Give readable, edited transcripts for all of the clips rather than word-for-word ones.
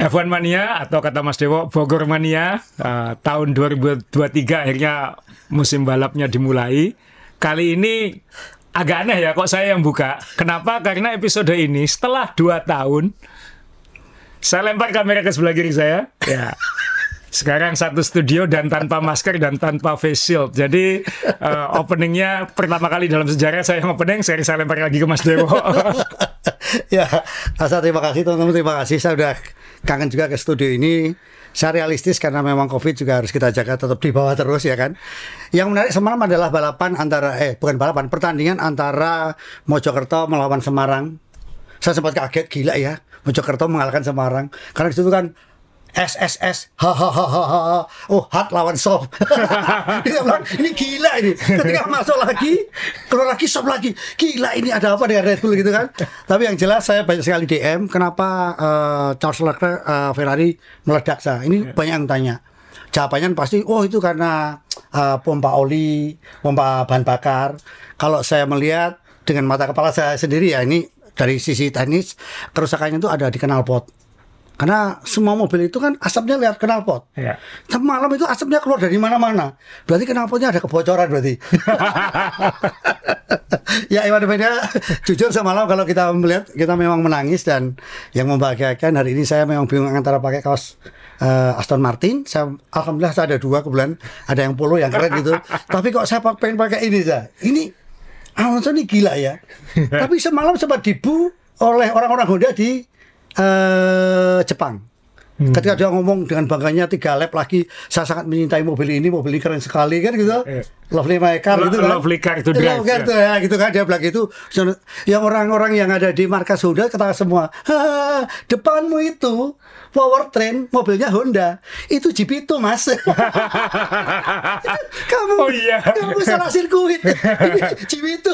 F1 Mania atau kata Mas Dewo Bogor Mania tahun 2023 akhirnya musim balapnya dimulai. Kali ini agak aneh ya kok saya yang buka. Kenapa? Karena episode ini setelah 2 tahun saya lempar kamera ke sebelah kiri saya. Ya. Sekarang satu studio dan tanpa masker dan tanpa face shield. Jadi openingnya pertama kali dalam sejarah saya yang opening, saya lempar lagi ke Mas Dewo. Ya, Asa, terima kasih teman-teman, terima kasih. Saya udah kangen juga ke studio ini. Saya realistis karena memang COVID juga harus kita jaga tetap di bawah terus ya kan. Yang menarik semalam adalah balapan antara pertandingan antara Mojokerto melawan Semarang. Saya sempat kaget, gila ya, Mojokerto mengalahkan Semarang. Karena di situ kan SSS, hahaha, oh hard lawan soft. Dia bilang, ini gila ini. Ketika masuk lagi, keluar lagi soft lagi. Gila ini ada apa dengan Red Bull gitu kan? Tapi yang jelas saya banyak sekali DM, kenapa Charles Leclerc Ferrari meledak sah? Ini banyak yang tanya. Jawabannya pasti, oh itu karena pompa oli, pompa bahan bakar. Kalau saya melihat dengan mata kepala saya sendiri ya, ini dari sisi teknis kerusakannya itu ada di knalpot. Karena semua mobil itu kan asapnya lewat knalpot. Ya. Malam itu asapnya keluar dari mana-mana. Berarti knalpotnya ada kebocoran berarti. Ya Iwan Media, jujur semalam kalau kita melihat, kita memang menangis. Dan yang membahagiakan hari ini saya memang bingung antara pakai kaos Aston Martin. Alhamdulillah saya ada 2 kebetulan. Ada yang polo yang keren gitu. Tapi kok saya pengen pakai ini saya. Ini Alonso ini gila ya. Tapi semalam sempat dibu oleh orang-orang Honda di Jepang. Ketika dia ngomong dengan bangganya 3 lap lagi, saya sangat mencintai mobil ini keren sekali kan gitu. Lovely my car gitu kan. Lovely car to drive. Ya, gitu kan dia bilang gitu. Yang orang-orang yang ada di markas Honda ketawa semua. Depanmu itu powertrain mobilnya Honda. Itu Jeep itu, Mas. Kamu salah sirkuit. Jeep itu.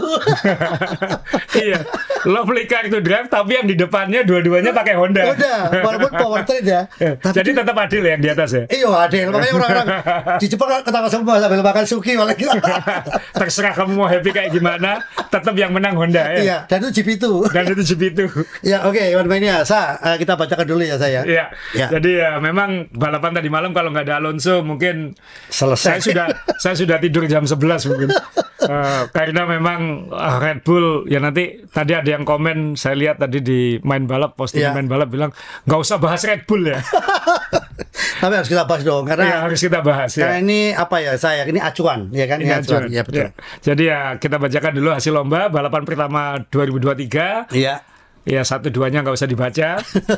Iya. Lovely car to drive tapi yang di depannya dua-duanya pakai Honda. Walaupun powertrain ya. Jadi tetap adil ya yang di atas ya. Iya, adil. Makanya orang-orang di Jepang ketawa semua sambil makan suki malah gitu. Terserah kamu mau happy kayak gimana, tetap yang menang Honda ya. Iya, dan itu Jeep itu. Ya, oke, Iwan Mania, kita bacakan dulu ya saya. Iya. Ya. Jadi ya memang balapan tadi malam kalau nggak ada Alonso mungkin selesai. Saya sudah tidur jam 11 mungkin. Karena memang Red Bull ya, nanti tadi ada yang komen saya lihat tadi di main balap, posting main balap bilang nggak usah bahas Red Bull ya. Tapi harus kita bahas dong karena harus kita bahas karena ini apa ya, saya ini acuan ya kan, ini acuan. Ya betul. Ya. Jadi ya kita bacakan dulu hasil lomba balapan pertama 2023. Iya. Ya 1-2-nya nggak usah dibaca.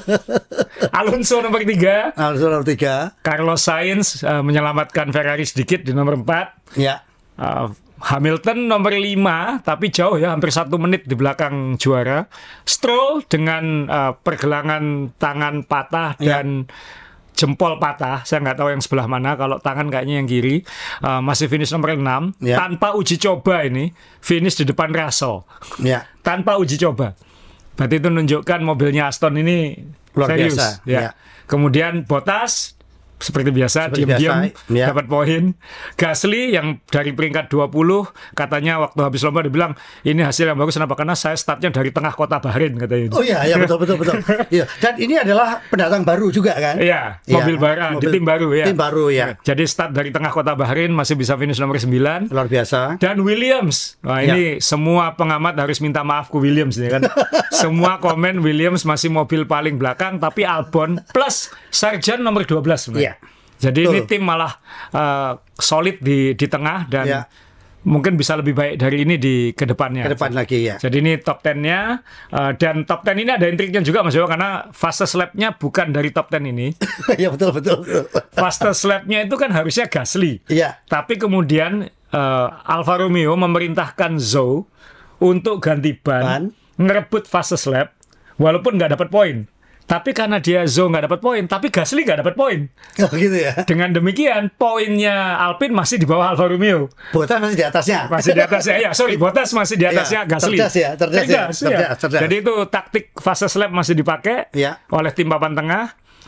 Alonso nomor 3. Carlos Sainz menyelamatkan Ferrari sedikit di nomor 4. Ya. Hamilton nomor 5, tapi jauh ya, hampir 1 menit di belakang juara. Stroll dengan pergelangan tangan patah dan jempol patah, saya nggak tahu yang sebelah mana. Kalau tangan kayaknya yang kiri. Masih finish nomor 6 tanpa uji coba, ini finish di depan Russell tanpa uji coba. Berarti itu menunjukkan mobilnya Aston ini luar serius biasa. ya. Kemudian Bottas seperti biasa diam-diam dapat poin. Gasly yang dari peringkat 20 katanya waktu habis lomba dia bilang ini hasil yang bagus. Kenapa? Karena saya startnya dari tengah kota Bahrain katanya. Oh iya, betul. Iya. Dan ini adalah pendatang baru juga kan? Iya, mobil baru di tim baru ya. Tim baru ya. Jadi start dari tengah kota Bahrain, masih bisa finish nomor 9. Luar biasa. Dan Williams. Wah, ini semua pengamat harus minta maaf ke Williams ya kan. Semua komen Williams masih mobil paling belakang, tapi Albon plus Sargent nomor 12 sebenarnya. Jadi ini tim malah solid di tengah dan mungkin bisa lebih baik dari ini di kedepannya. Kedepan lagi ya. Jadi ini top 10-nya dan top 10 ini ada intriknya juga Mas Dewa, karena fastest lap-nya bukan dari top 10 ini. Iya betul. Fastest lap-nya itu kan harusnya Gasly. Iya. Tapi kemudian Alfa Romeo memerintahkan Zhou untuk ganti ban, ngerebut fastest lap walaupun nggak dapat poin. Tapi karena dia Zhou nggak dapat poin, tapi Gasly nggak dapat poin. Oh gitu ya. Dengan demikian poinnya Alpine masih di bawah Alfa Romeo. Bottas masih di atasnya. Bottas masih di atasnya Gasly. Cerdas. Jadi itu taktik fase lap masih dipakai oleh tim papan tengah.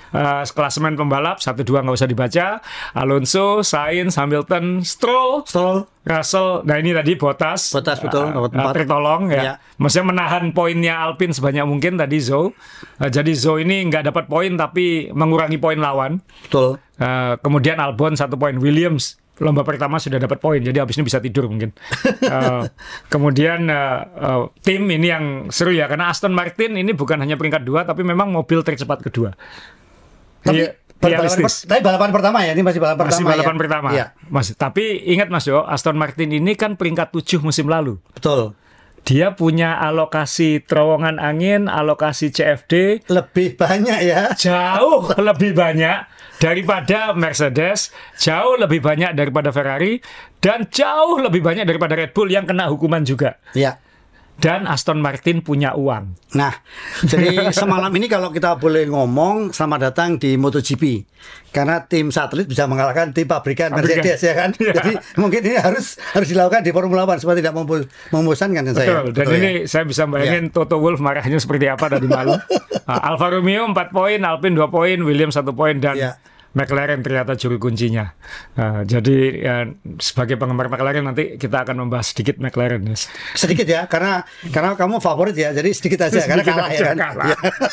klasemen pembalap 1-2 nggak usah dibaca. Alonso, Sainz, Hamilton, Stroll, Russell. Nah ini tadi Bottas betul, dapat 4. tertolong ya. Ya. Maksudnya menahan poinnya Alpine sebanyak mungkin tadi Zhou. Jadi Zhou ini nggak dapat poin tapi mengurangi poin lawan. Betul. Kemudian Albon 1 poin, Williams lomba pertama sudah dapat poin, jadi habis ini bisa tidur mungkin. Kemudian tim ini yang seru ya, karena Aston Martin ini bukan hanya peringkat 2, tapi memang mobil tercepat kedua. Tapi balapan pertama ya, ini masih balapan pertama. Masih balapan pertama. Ya. Masih. Tapi ingat Mas Jo, Aston Martin ini kan peringkat 7 musim lalu. Betul. Dia punya alokasi terowongan angin, alokasi CFD Lebih banyak ya. jauh lebih banyak daripada Mercedes, jauh lebih banyak daripada Ferrari, dan jauh lebih banyak daripada Red Bull yang kena hukuman juga. Ya. Dan Aston Martin punya uang. Nah, jadi semalam ini kalau kita boleh ngomong, selamat datang di MotoGP. Karena tim satelit bisa mengalahkan tim pabrikan Mercedes ya kan. Ya. Jadi mungkin ini harus dilakukan di Formula One supaya tidak membosankan saya. Betul. Dan ini saya bisa bayangin Toto Wolff marahnya seperti apa tadi malam. Alfa Romeo 4 poin, Alpine 2 poin, Williams 1 poin, dan McLaren ternyata juru kuncinya. Jadi sebagai penggemar McLaren nanti kita akan membahas sedikit McLaren. Sedikit ya, karena kamu favorit ya, jadi sedikit aja karena kalah ya kan. Kalah.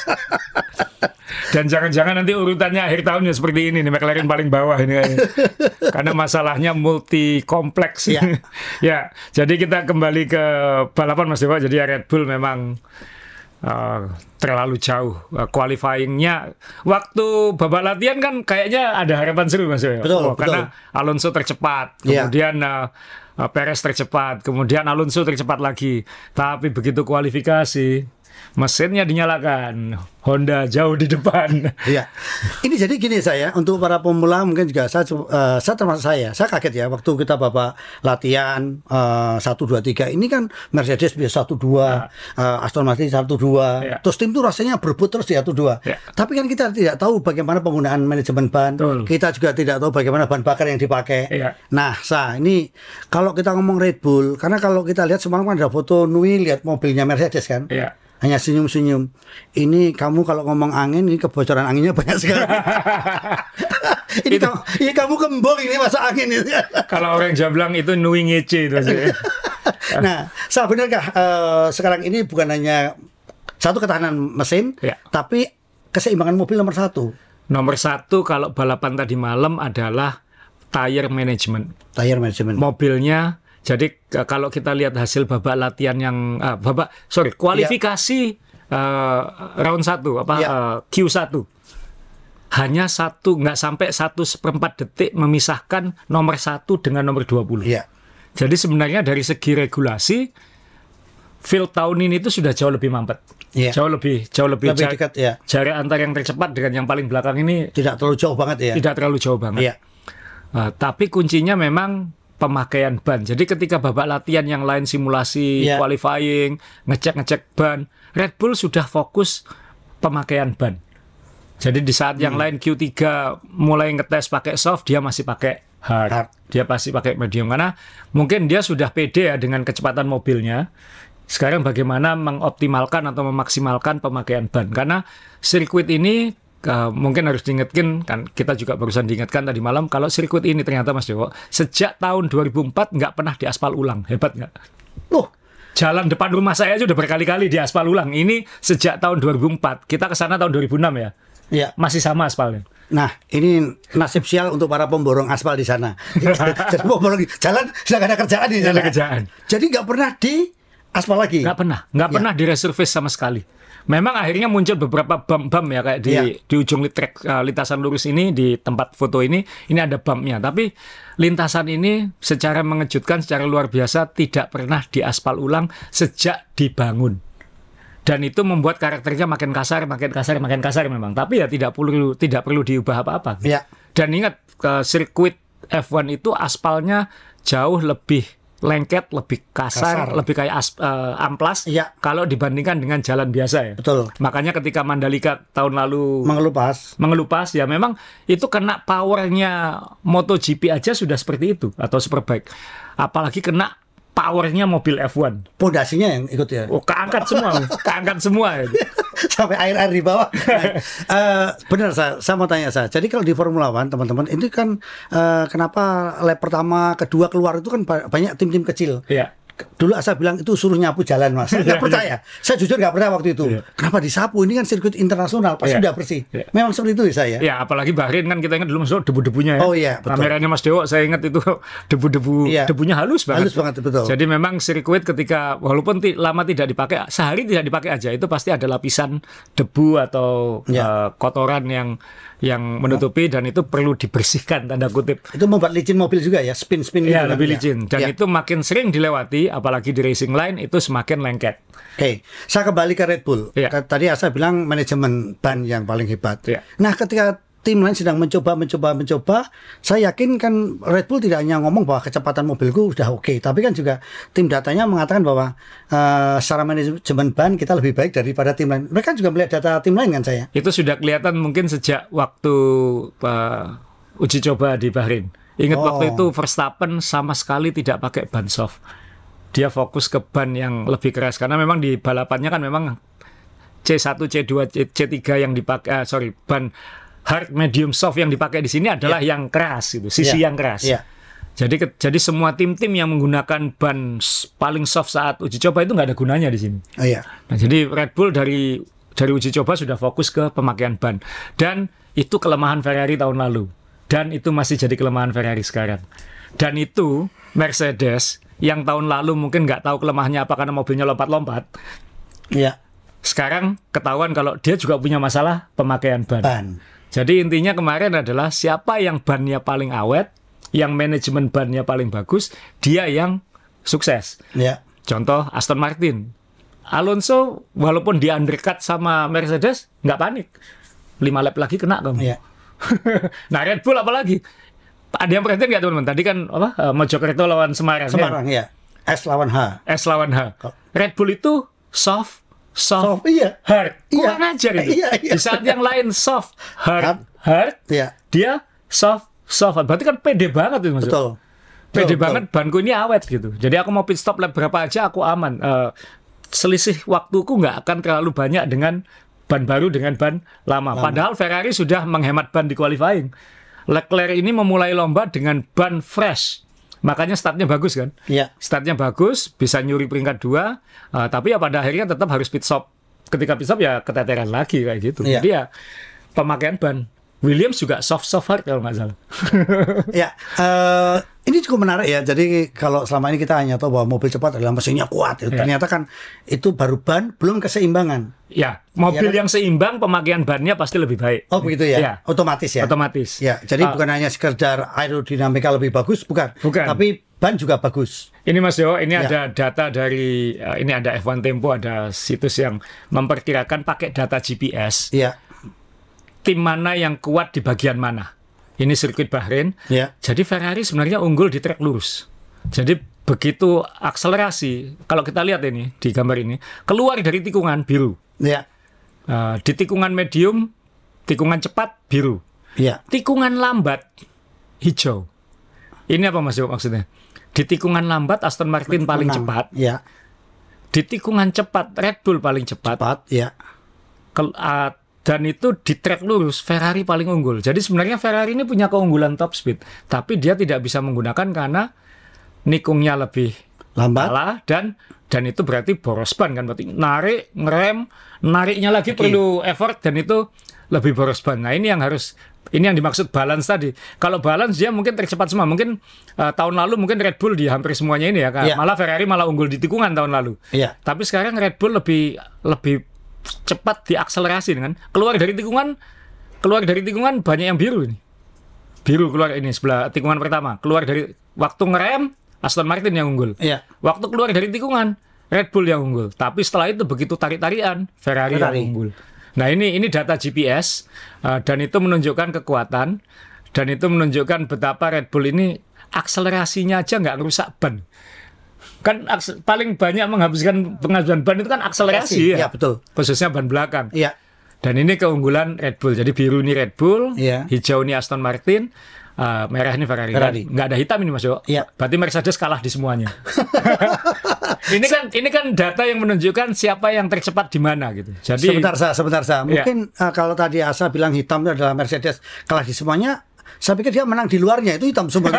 Dan jangan-jangan nanti urutannya akhir tahunnya seperti ini nih, McLaren paling bawah ini kayaknya. Karena masalahnya multi kompleks. Ya, jadi kita kembali ke balapan Mas Dewa. Jadi Red Bull memang terlalu jauh qualifying-nya. Waktu babak latihan kan kayaknya ada harapan seru Mas Dewa. Betul. Karena Alonso tercepat, kemudian Perez tercepat, kemudian Alonso tercepat lagi. Tapi begitu kualifikasi, mesinnya dinyalakan, Honda jauh di depan. Iya. Ini jadi gini saya, untuk para pemula mungkin juga saya termasuk saya kaget ya waktu kita bapak latihan 1, 2, 3 ini kan Mercedes bisa 1, 2, Aston Martin 1, 2, terus tim itu rasanya berebut terus di 1, 2. Tapi kan kita tidak tahu bagaimana penggunaan manajemen ban. Kita juga tidak tahu bagaimana bahan bakar yang dipakai. Nah, ini kalau kita ngomong Red Bull, karena kalau kita lihat semalam kan ada foto Nui lihat mobilnya Mercedes kan. Hanya senyum-senyum. Ini kamu kalau ngomong angin, ini kebocoran anginnya banyak sekali. Ini kamu kembung ini masuk angin ini. Kalau orang Jablang itu Nui ngece itu sih. Nah, benarkah sekarang ini bukan hanya satu ketahanan mesin, tapi keseimbangan mobil nomor 1? Nomor 1 kalau balapan tadi malam adalah tire management. Mobilnya. Jadi kalau kita lihat hasil babak latihan yang kualifikasi round 1 Q1 hanya nggak sampai 1/4 detik memisahkan nomor 1 dengan nomor 20. Jadi sebenarnya dari segi regulasi field tahun ini itu sudah jauh lebih mampet. Jauh lebih dekat ya. Jarak antar yang tercepat dengan yang paling belakang ini tidak terlalu jauh banget ya. Tidak terlalu jauh banget. Tapi kuncinya memang pemakaian ban. Jadi ketika babak latihan yang lain simulasi, qualifying, ngecek ban, Red Bull sudah fokus pemakaian ban. Jadi di saat yang lain Q3 mulai ngetes pakai soft, dia masih pakai hard. Dia pasti pakai medium karena mungkin dia sudah pede ya dengan kecepatan mobilnya. Sekarang bagaimana mengoptimalkan atau memaksimalkan pemakaian ban. Karena sirkuit ini mungkin harus diingatkan, kan kita juga barusan diingatkan tadi malam, kalau sirkuit ini ternyata Mas Dewo sejak tahun 2004 nggak pernah diaspal ulang. Hebat nggak? Jalan depan rumah saya sudah berkali-kali diaspal ulang. Ini sejak tahun 2004. Kita ke sana tahun 2006 ya. Masih sama aspalnya. Nah, ini nasib sial untuk para pemborong aspal di sana. Jadi pemborong jalan sudah nggak ada kerjaan di sana. Jadi nggak pernah diaspal lagi. Nggak pernah diresurface sama sekali. Memang akhirnya muncul beberapa bump ya kayak di ujung lintasan lurus ini, di tempat foto ini ada bumpnya. Tapi lintasan ini secara mengejutkan, secara luar biasa tidak pernah diaspal ulang sejak dibangun. Dan itu membuat karakternya makin kasar memang. Tapi ya tidak perlu diubah apa-apa. Dan ingat sirkuit F1 itu aspalnya jauh lebih lengket, lebih kasar. Lebih kayak amplas kalau dibandingkan dengan jalan biasa ya. Betul. Makanya ketika Mandalika tahun lalu mengelupas ya memang itu kena powernya MotoGP aja sudah seperti itu atau Superbike. Apalagi kena powernya mobil F1. Pondasinya yang ikut ya. Keangkat semua. sampai air-air di bawah. Nah, benar saya mau tanya saya. Jadi kalau di Formula One teman-teman, ini kan kenapa lap pertama, kedua keluar itu kan banyak tim-tim kecil. Iya. Dulu saya bilang itu suruh nyapu jalan, Mas. Saya nggak percaya. Saya jujur nggak percaya waktu itu. Kenapa disapu? Ini kan sirkuit internasional, pasti udah bersih. Memang seperti itu ya saya. Ya, apalagi Bahrain kan kita ingat dulu masuk debu-debunya ya. Oh iya, betul. Kameranya Mas Dewo saya ingat itu debu-debu, debunya halus banget. Halus banget, betul. Jadi memang sirkuit ketika walaupun lama tidak dipakai, sehari tidak dipakai aja, itu pasti ada lapisan debu atau kotoran yang menutupi dan itu perlu dibersihkan tanda kutip. Itu membuat licin mobil juga ya, spin-spin gitu. Ya, lebih licin. Dan itu makin sering dilewati, apalagi di racing line itu semakin lengket. Oke, saya kembali ke Red Bull. Tadi saya bilang manajemen ban yang paling hebat. Nah, ketika tim lain sedang mencoba, saya yakin kan Red Bull tidak hanya ngomong bahwa kecepatan mobilku sudah oke, tapi kan juga tim datanya mengatakan bahwa secara manajemen ban kita lebih baik daripada tim lain. Mereka juga melihat data tim lain kan saya. Itu sudah kelihatan mungkin sejak waktu uji coba di Bahrain. Ingat waktu itu Verstappen sama sekali tidak pakai ban soft. Dia fokus ke ban yang lebih keras karena memang di balapannya kan memang C1, C2, C3 yang dipakai ban hard, medium, soft yang dipakai di sini adalah yang keras itu, sisi yang keras. Jadi semua tim-tim yang menggunakan ban paling soft saat uji coba itu nggak ada gunanya di sini. Nah, jadi Red Bull dari uji coba sudah fokus ke pemakaian ban dan itu kelemahan Ferrari tahun lalu dan itu masih jadi kelemahan Ferrari sekarang. Dan itu Mercedes yang tahun lalu mungkin nggak tahu kelemahannya apa karena mobilnya lompat-lompat. Sekarang ketahuan kalau dia juga punya masalah pemakaian ban. Jadi intinya kemarin adalah siapa yang bannya paling awet, yang manajemen bannya paling bagus, dia yang sukses. Contoh Aston Martin. Alonso walaupun di undercut sama Mercedes nggak panik. 5 lap lagi kena kamu. Nah, Red Bull apalagi? Ada yang perhatian nggak teman-teman? Tadi kan Mojokerto lawan Semarang. S lawan H. Red Bull itu soft, hard. Kurang ajar itu. Di saat yang lain soft, hard. Dia soft. Berarti kan pede banget itu maksudnya. Betul. Pede banget, banku ini awet gitu. Jadi aku mau pit stop lap berapa aja aku aman. Selisih waktuku nggak akan terlalu banyak dengan ban baru dengan ban lama. Padahal Ferrari sudah menghemat ban di qualifying. Leclerc ini memulai lomba dengan ban fresh. Makanya startnya bagus kan? Startnya bagus, bisa nyuri peringkat 2, tapi ya pada akhirnya tetap harus pit stop. Ketika pit stop ya keteteran lagi kayak gitu. Jadi ya pemakaian ban. Williams juga soft hard kalau nggak salah. Ini cukup menarik ya. Jadi kalau selama ini kita hanya tahu bahwa mobil cepat adalah mesinnya kuat. Ternyata kan itu baru ban, belum keseimbangan. Mobil yang seimbang pemakaian bannya pasti lebih baik. Oh begitu ya? Otomatis ya? Otomatis. Jadi bukan hanya sekedar aerodinamika lebih bagus, bukan. Tapi ban juga bagus. Ini Mas Dewo, ini ada data dari, ini ada F1 Tempo, ada situs yang memperkirakan pakai data GPS. Tim mana yang kuat di bagian mana. Ini sirkuit Bahrain. Jadi Ferrari sebenarnya unggul di trek lurus. Jadi begitu akselerasi, kalau kita lihat ini di gambar ini, keluar dari tikungan biru. Di tikungan medium, tikungan cepat biru. Tikungan lambat hijau. Ini apa Mas maksudnya? Di tikungan lambat Aston Martin paling cepat. Di tikungan cepat Red Bull paling cepat. Dan itu di trek lurus Ferrari paling unggul. Jadi sebenarnya Ferrari ini punya keunggulan top speed, tapi dia tidak bisa menggunakan karena nikungnya lebih lambat dan itu berarti boros ban kan, berarti ngerem, nariknya lagi perlu effort dan itu lebih boros ban. Nah, ini yang dimaksud balance tadi. Kalau balance dia mungkin tercepat semua. Mungkin tahun lalu mungkin Red Bull di hampir semuanya ini ya. Malah Ferrari malah unggul di tikungan tahun lalu. Tapi sekarang Red Bull lebih cepat diakselerasi dengan keluar dari tikungan banyak yang biru ini. Biru keluar ini sebelah tikungan pertama. Keluar dari waktu ngerem Aston Martin yang unggul. Waktu keluar dari tikungan Red Bull yang unggul. Tapi setelah itu begitu tarik-tarian Ferrari yang unggul. Nah, ini data GPS dan itu menunjukkan kekuatan dan itu menunjukkan betapa Red Bull ini akselerasinya aja nggak ngerusak ban. Kan paling banyak menghabiskan penghabisan ban itu kan akselerasi ya. Betul. Khususnya ban belakang. Dan ini keunggulan Red Bull. Jadi biru ini Red Bull, hijau ini Aston Martin. merah ini Ferrari. Ferrari. Nggak ada hitam ini Mas Yo. Iya. Berarti Mercedes kalah di semuanya. Ini kan data yang menunjukkan siapa yang tercepat di mana gitu. Jadi Sebentar saya. Mungkin kalau tadi Asa bilang hitam itu adalah Mercedes kalah di semuanya, saya pikir dia menang di luarnya itu hitam semua.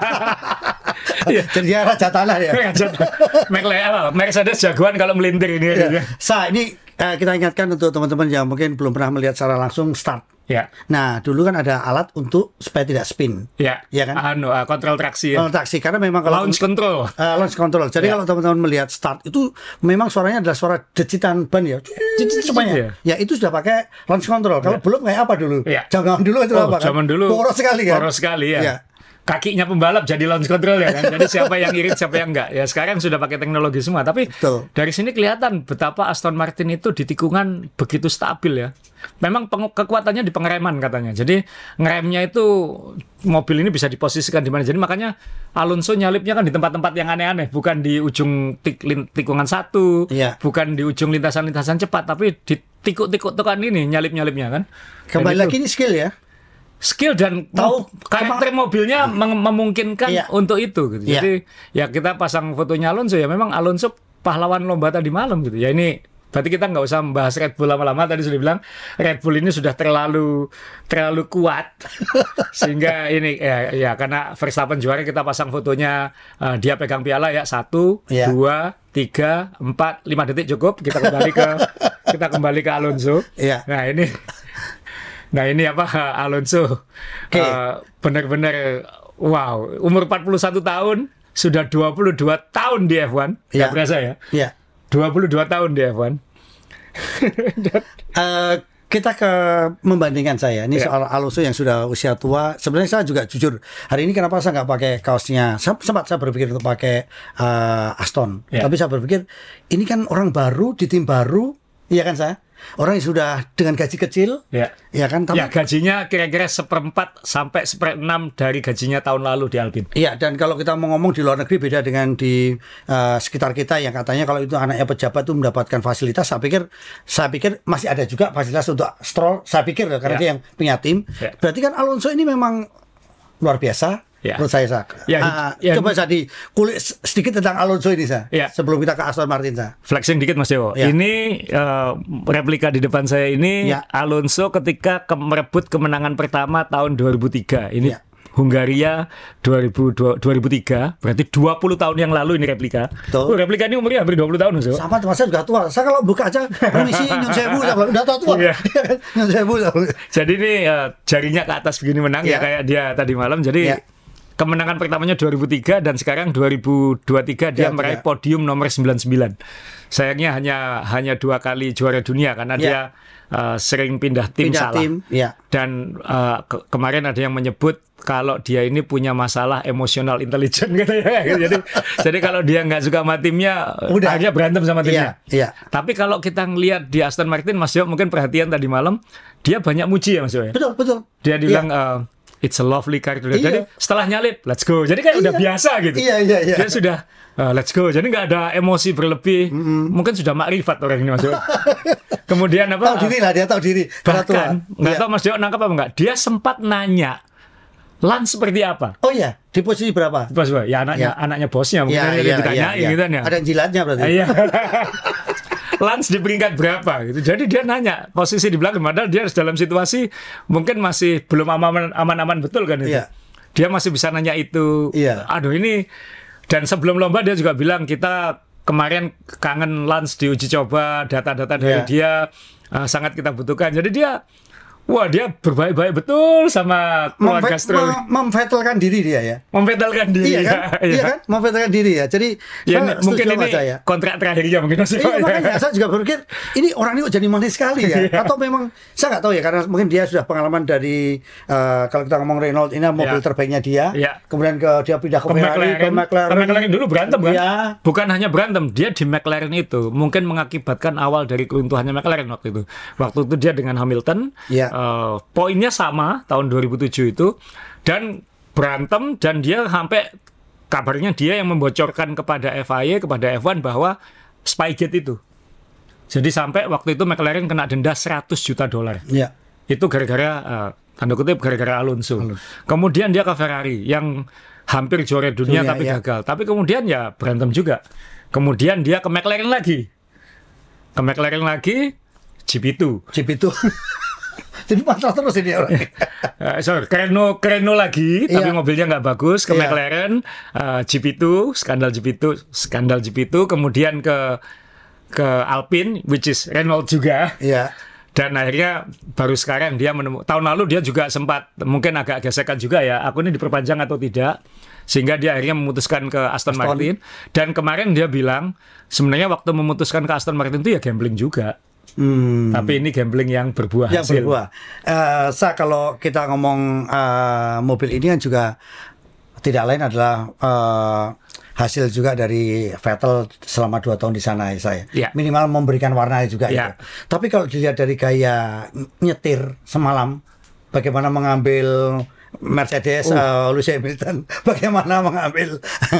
Jadi dia raja tanah ya. Mercedes jagoan kalau melintir ini. Ya. Ini kita ingatkan untuk teman-teman yang mungkin belum pernah melihat secara langsung start. Ya. Nah, dulu kan ada alat untuk supaya tidak spin. Ya. Ya kan? Kontrol traksi. Kontrol traksi karena memang kalau launch control. Launch control. Jadi kalau teman-teman melihat start itu memang suaranya adalah suara decitan ban ya. Semuanya. Ya itu sudah pakai launch control. Kalau belum kayak apa dulu? Jangan dulu itu apa kan? Zaman dulu. Poros sekali kan? Poros sekali ya. Kakinya pembalap jadi launch control ya kan. Jadi siapa yang irit siapa yang enggak. Ya sekarang sudah pakai teknologi semua. Tapi dari sini kelihatan betapa Aston Martin itu di tikungan begitu stabil ya. Memang kekuatannya di pengereman katanya. Jadi ngeremnya itu mobil ini bisa diposisikan di mana. Jadi makanya Alonso nyalipnya kan di tempat-tempat yang aneh-aneh, bukan di ujung tikungan satu, bukan di ujung lintasan-lintasan cepat, tapi di tikuk-tikuk-tukan ini nyalip-nyalipnya kan. Kembali lagi ini skill ya. Skill dan tahu karakter mobilnya memungkinkan untuk itu gitu. Jadi ya kita pasang fotonya Alonso ya, memang Alonso pahlawan lomba tadi malam gitu. Ya ini berarti kita nggak usah membahas Red Bull lama-lama. Tadi sudah bilang Red Bull ini sudah terlalu kuat sehingga ini ya karena Verstappen juara kita pasang fotonya dia pegang piala ya 1, 2, 3, 4, 5 detik cukup kita kembali ke Alonso. Nah ini apa Alonso benar-benar wow, umur 41 tahun sudah 22 tahun di F1. Nggak berasa ya? 22 tahun di F1. Kita ke membandingkan saya ini soal Alonso yang sudah usia tua. Sebenarnya saya juga jujur hari ini kenapa saya nggak pakai kaosnya. Sempat saya berpikir untuk pakai Aston, tapi saya berpikir ini kan orang baru di tim baru, iya kan saya? Orang yang sudah dengan gaji kecil, ya kan? Ya gajinya kira-kira 1/4 sampai 1/6 dari gajinya tahun lalu di Alpine. Iya, dan kalau kita mau ngomong di luar negeri beda dengan di sekitar kita yang katanya kalau itu anaknya pejabat itu mendapatkan fasilitas. Saya pikir masih ada juga fasilitas untuk Stroll. Saya pikir karena dia yang punya tim. Berarti kan Alonso ini memang luar biasa. Menurut saya coba saya dikulik sedikit tentang Alonso ini sebelum kita ke Aston Martin flexing dikit Mas Dewo. Ini replika di depan saya ini Alonso ketika merebut kemenangan pertama tahun 2003 ini Hungaria 2003 berarti 20 tahun yang lalu ini replika. Replika ini umurnya hampir 20 tahun Mas Dewo. Sama teman saya juga tua. Saya kalau buka aja permisi Nyun Sewu udah tua. Nyun Sewu. Jadi ini jarinya ke atas begini menang ya kayak dia tadi malam. Jadi kemenangan pertamanya 2003 dan sekarang 2023 dia meraih podium nomor 99. Sayangnya hanya 2 kali juara dunia karena dia sering pindah tim salah. Dan kemarin ada yang menyebut kalau dia ini punya masalah emosional intelijen katanya. Jadi kalau dia nggak suka sama timnya, akhirnya berantem sama timnya. Tapi kalau kita ngelihat di Aston Martin, Mas Yo mungkin perhatian tadi malam, dia banyak muji ya Mas Yo. Betul. Dia bilang it's a lovely car. Jadi setelah nyalip, let's go. Jadi kayak udah biasa gitu. Dia sudah let's go. Jadi nggak ada emosi berlebih. Mungkin sudah makrifat orang ini Mas Yo. Kemudian apa? Tahu diri lah, dia tahu diri. Bahkan nggak tahu Mas Yo nangkap apa enggak. Dia sempat nanya Lance seperti apa? Oh iya, di posisi berapa? Ya anaknya bosnya mungkin ditanyain gitu kan ya. Ada jilatnya berarti. Iya. Lance di peringkat berapa gitu. Jadi dia nanya posisi di belakang padahal dia dalam situasi mungkin masih belum aman-aman betul kan itu. Dia masih bisa nanya itu. Aduh ini dan sebelum lomba dia juga bilang kita kemarin kangen Lance di uji coba, data-data dari dia sangat kita butuhkan. Jadi dia dia berbaik-baik betul sama keluarga Stroll. Memvetelkan diri dia ya. Memvetelkan diri. Iya kan? Memvetelkan diri ya. Jadi mungkin ini kontrak terakhirnya mungkin. Makanya saya juga berpikir ini orang ini jadi manis sekali ya. Atau memang saya nggak tahu ya karena mungkin dia sudah pengalaman dari kalau kita ngomong Renault ini mobil terbaiknya dia. Kemudian dia pindah ke Ferrari, ke McLaren. McLaren dulu berantem kan? Bukan hanya berantem, dia di McLaren itu mungkin mengakibatkan awal dari keruntuhannya McLaren waktu itu. Waktu itu dia dengan Hamilton. Poinnya sama tahun 2007 itu dan berantem dan dia sampai kabarnya dia yang membocorkan kepada FIA kepada F1 bahwa Spygate itu. Jadi sampai waktu itu McLaren kena denda $100 juta. Itu gara-gara tanda kutip gara-gara Alonso. Kemudian dia ke Ferrari yang hampir juara dunia tapi gagal. Tapi kemudian ya berantem juga. Kemudian dia ke McLaren lagi. GP2. Jadi masalah terus ini orang. Sorry, Renault lagi, tapi mobilnya nggak bagus. Ke McLaren, GP2, skandal GP2, kemudian ke Alpine, which is Renault juga. Iya. Dan akhirnya baru sekarang dia tahun lalu dia juga sempat mungkin agak gesekan juga ya, aku ini diperpanjang atau tidak, sehingga dia akhirnya memutuskan ke Aston Martin. Dan kemarin dia bilang sebenarnya waktu memutuskan ke Aston Martin itu ya gambling juga. Tapi ini gambling yang berbuah hasil. Kalau kita ngomong mobil ini kan juga tidak lain adalah hasil juga dari Vettel selama 2 tahun di sana ya saya. Minimal memberikan warna juga itu. Tapi kalau dilihat dari gaya nyetir semalam, bagaimana mengambil Mercedes, Lewis Hamilton, bagaimana mengambil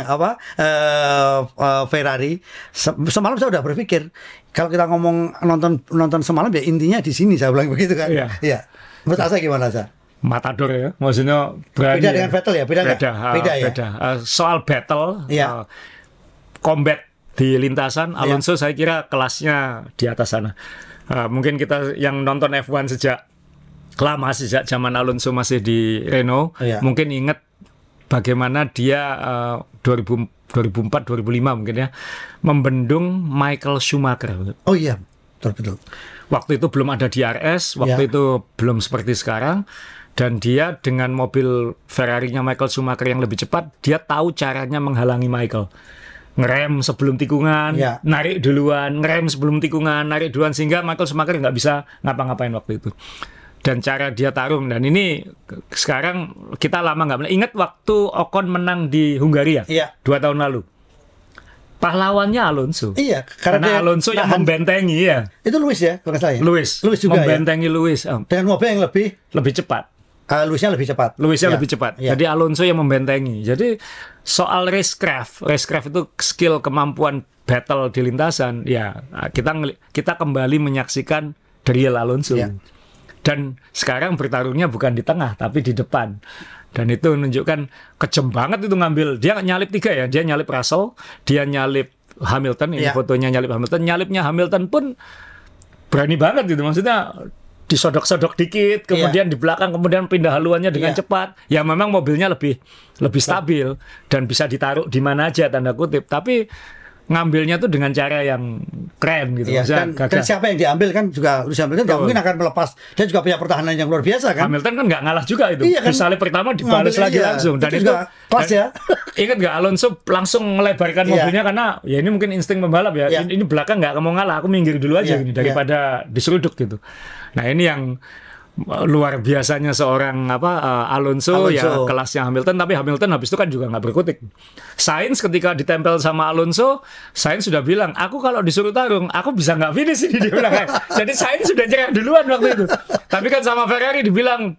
Ferrari. Semalam saya udah berpikir kalau kita ngomong nonton semalam ya intinya di sini, saya bilang begitu kan. Iya. Menurut saya gimana Sa? Matador ya, maksudnya berani. Beda dengan Vettel ya, beda ya. Soal battle, combat di lintasan, Alonso saya kira kelasnya di atas sana. Mungkin kita yang nonton F1 sejak zaman Alonso masih di Renault, mungkin ingat bagaimana dia 2004-2005 mungkin ya, membendung Michael Schumacher. Oh iya, betul. Waktu itu belum ada DRS, waktu itu belum seperti sekarang. Dan dia dengan mobil Ferrari-nya Michael Schumacher yang lebih cepat, dia tahu caranya menghalangi Michael. Ngerem sebelum tikungan, narik duluan, ngerem sebelum tikungan, narik duluan, sehingga Michael Schumacher nggak bisa ngapa-ngapain waktu itu. Dan cara dia tarung, dan ini sekarang kita lama nggak pernah. Ingat waktu Ocon menang di Hungaria 2 tahun lalu. Pahlawannya Alonso. Iya, karena Alonso yang membentengi ya. Itu Lewis ya, kalau nggak salah ya. Lewis juga membentengi Lewis. Dengan mobil yang lebih cepat. Lewisnya lebih cepat. Lebih cepat. Jadi Alonso yang membentengi. Jadi soal racecraft itu skill, kemampuan battle di lintasan. Ya, kita kembali menyaksikan the real Alonso. Dan sekarang bertarungnya bukan di tengah tapi di depan. Dan itu menunjukkan kejem banget itu ngambil. Dia nyalip 3 ya. Dia nyalip Russell, dia nyalip Hamilton. Ini fotonya nyalip Hamilton. Nyalipnya Hamilton pun berani banget gitu. Maksudnya disodok-sodok dikit, kemudian di belakang, kemudian pindah haluannya dengan cepat. Ya memang mobilnya lebih stabil dan bisa ditaruh di mana aja tanda kutip. Tapi ngambilnya tuh dengan cara yang keren gitu. Dan siapa yang diambil kan juga Lewis Hamilton nggak mungkin akan melepas. Dia juga punya pertahanan yang luar biasa kan. Hamilton kan nggak ngalah juga itu. Disalip pertama dibalas lagi langsung. Dan itu kelas ya. Ingat nggak Alonso langsung melebarkan mobilnya karena ya ini mungkin insting pembalap ya. Ini belakang nggak mau ngalah. Aku minggir dulu aja gini daripada diseruduk gitu. Nah ini yang luar biasanya seorang Alonso ya kelasnya Hamilton, tapi Hamilton habis itu kan juga nggak berkutik. Sainz ketika ditempel sama Alonso, Sainz sudah bilang, aku kalau disuruh tarung, aku bisa nggak finish ini, dia bilang. Jadi Sainz sudah nyerah duluan waktu itu. Tapi kan sama Ferrari dibilang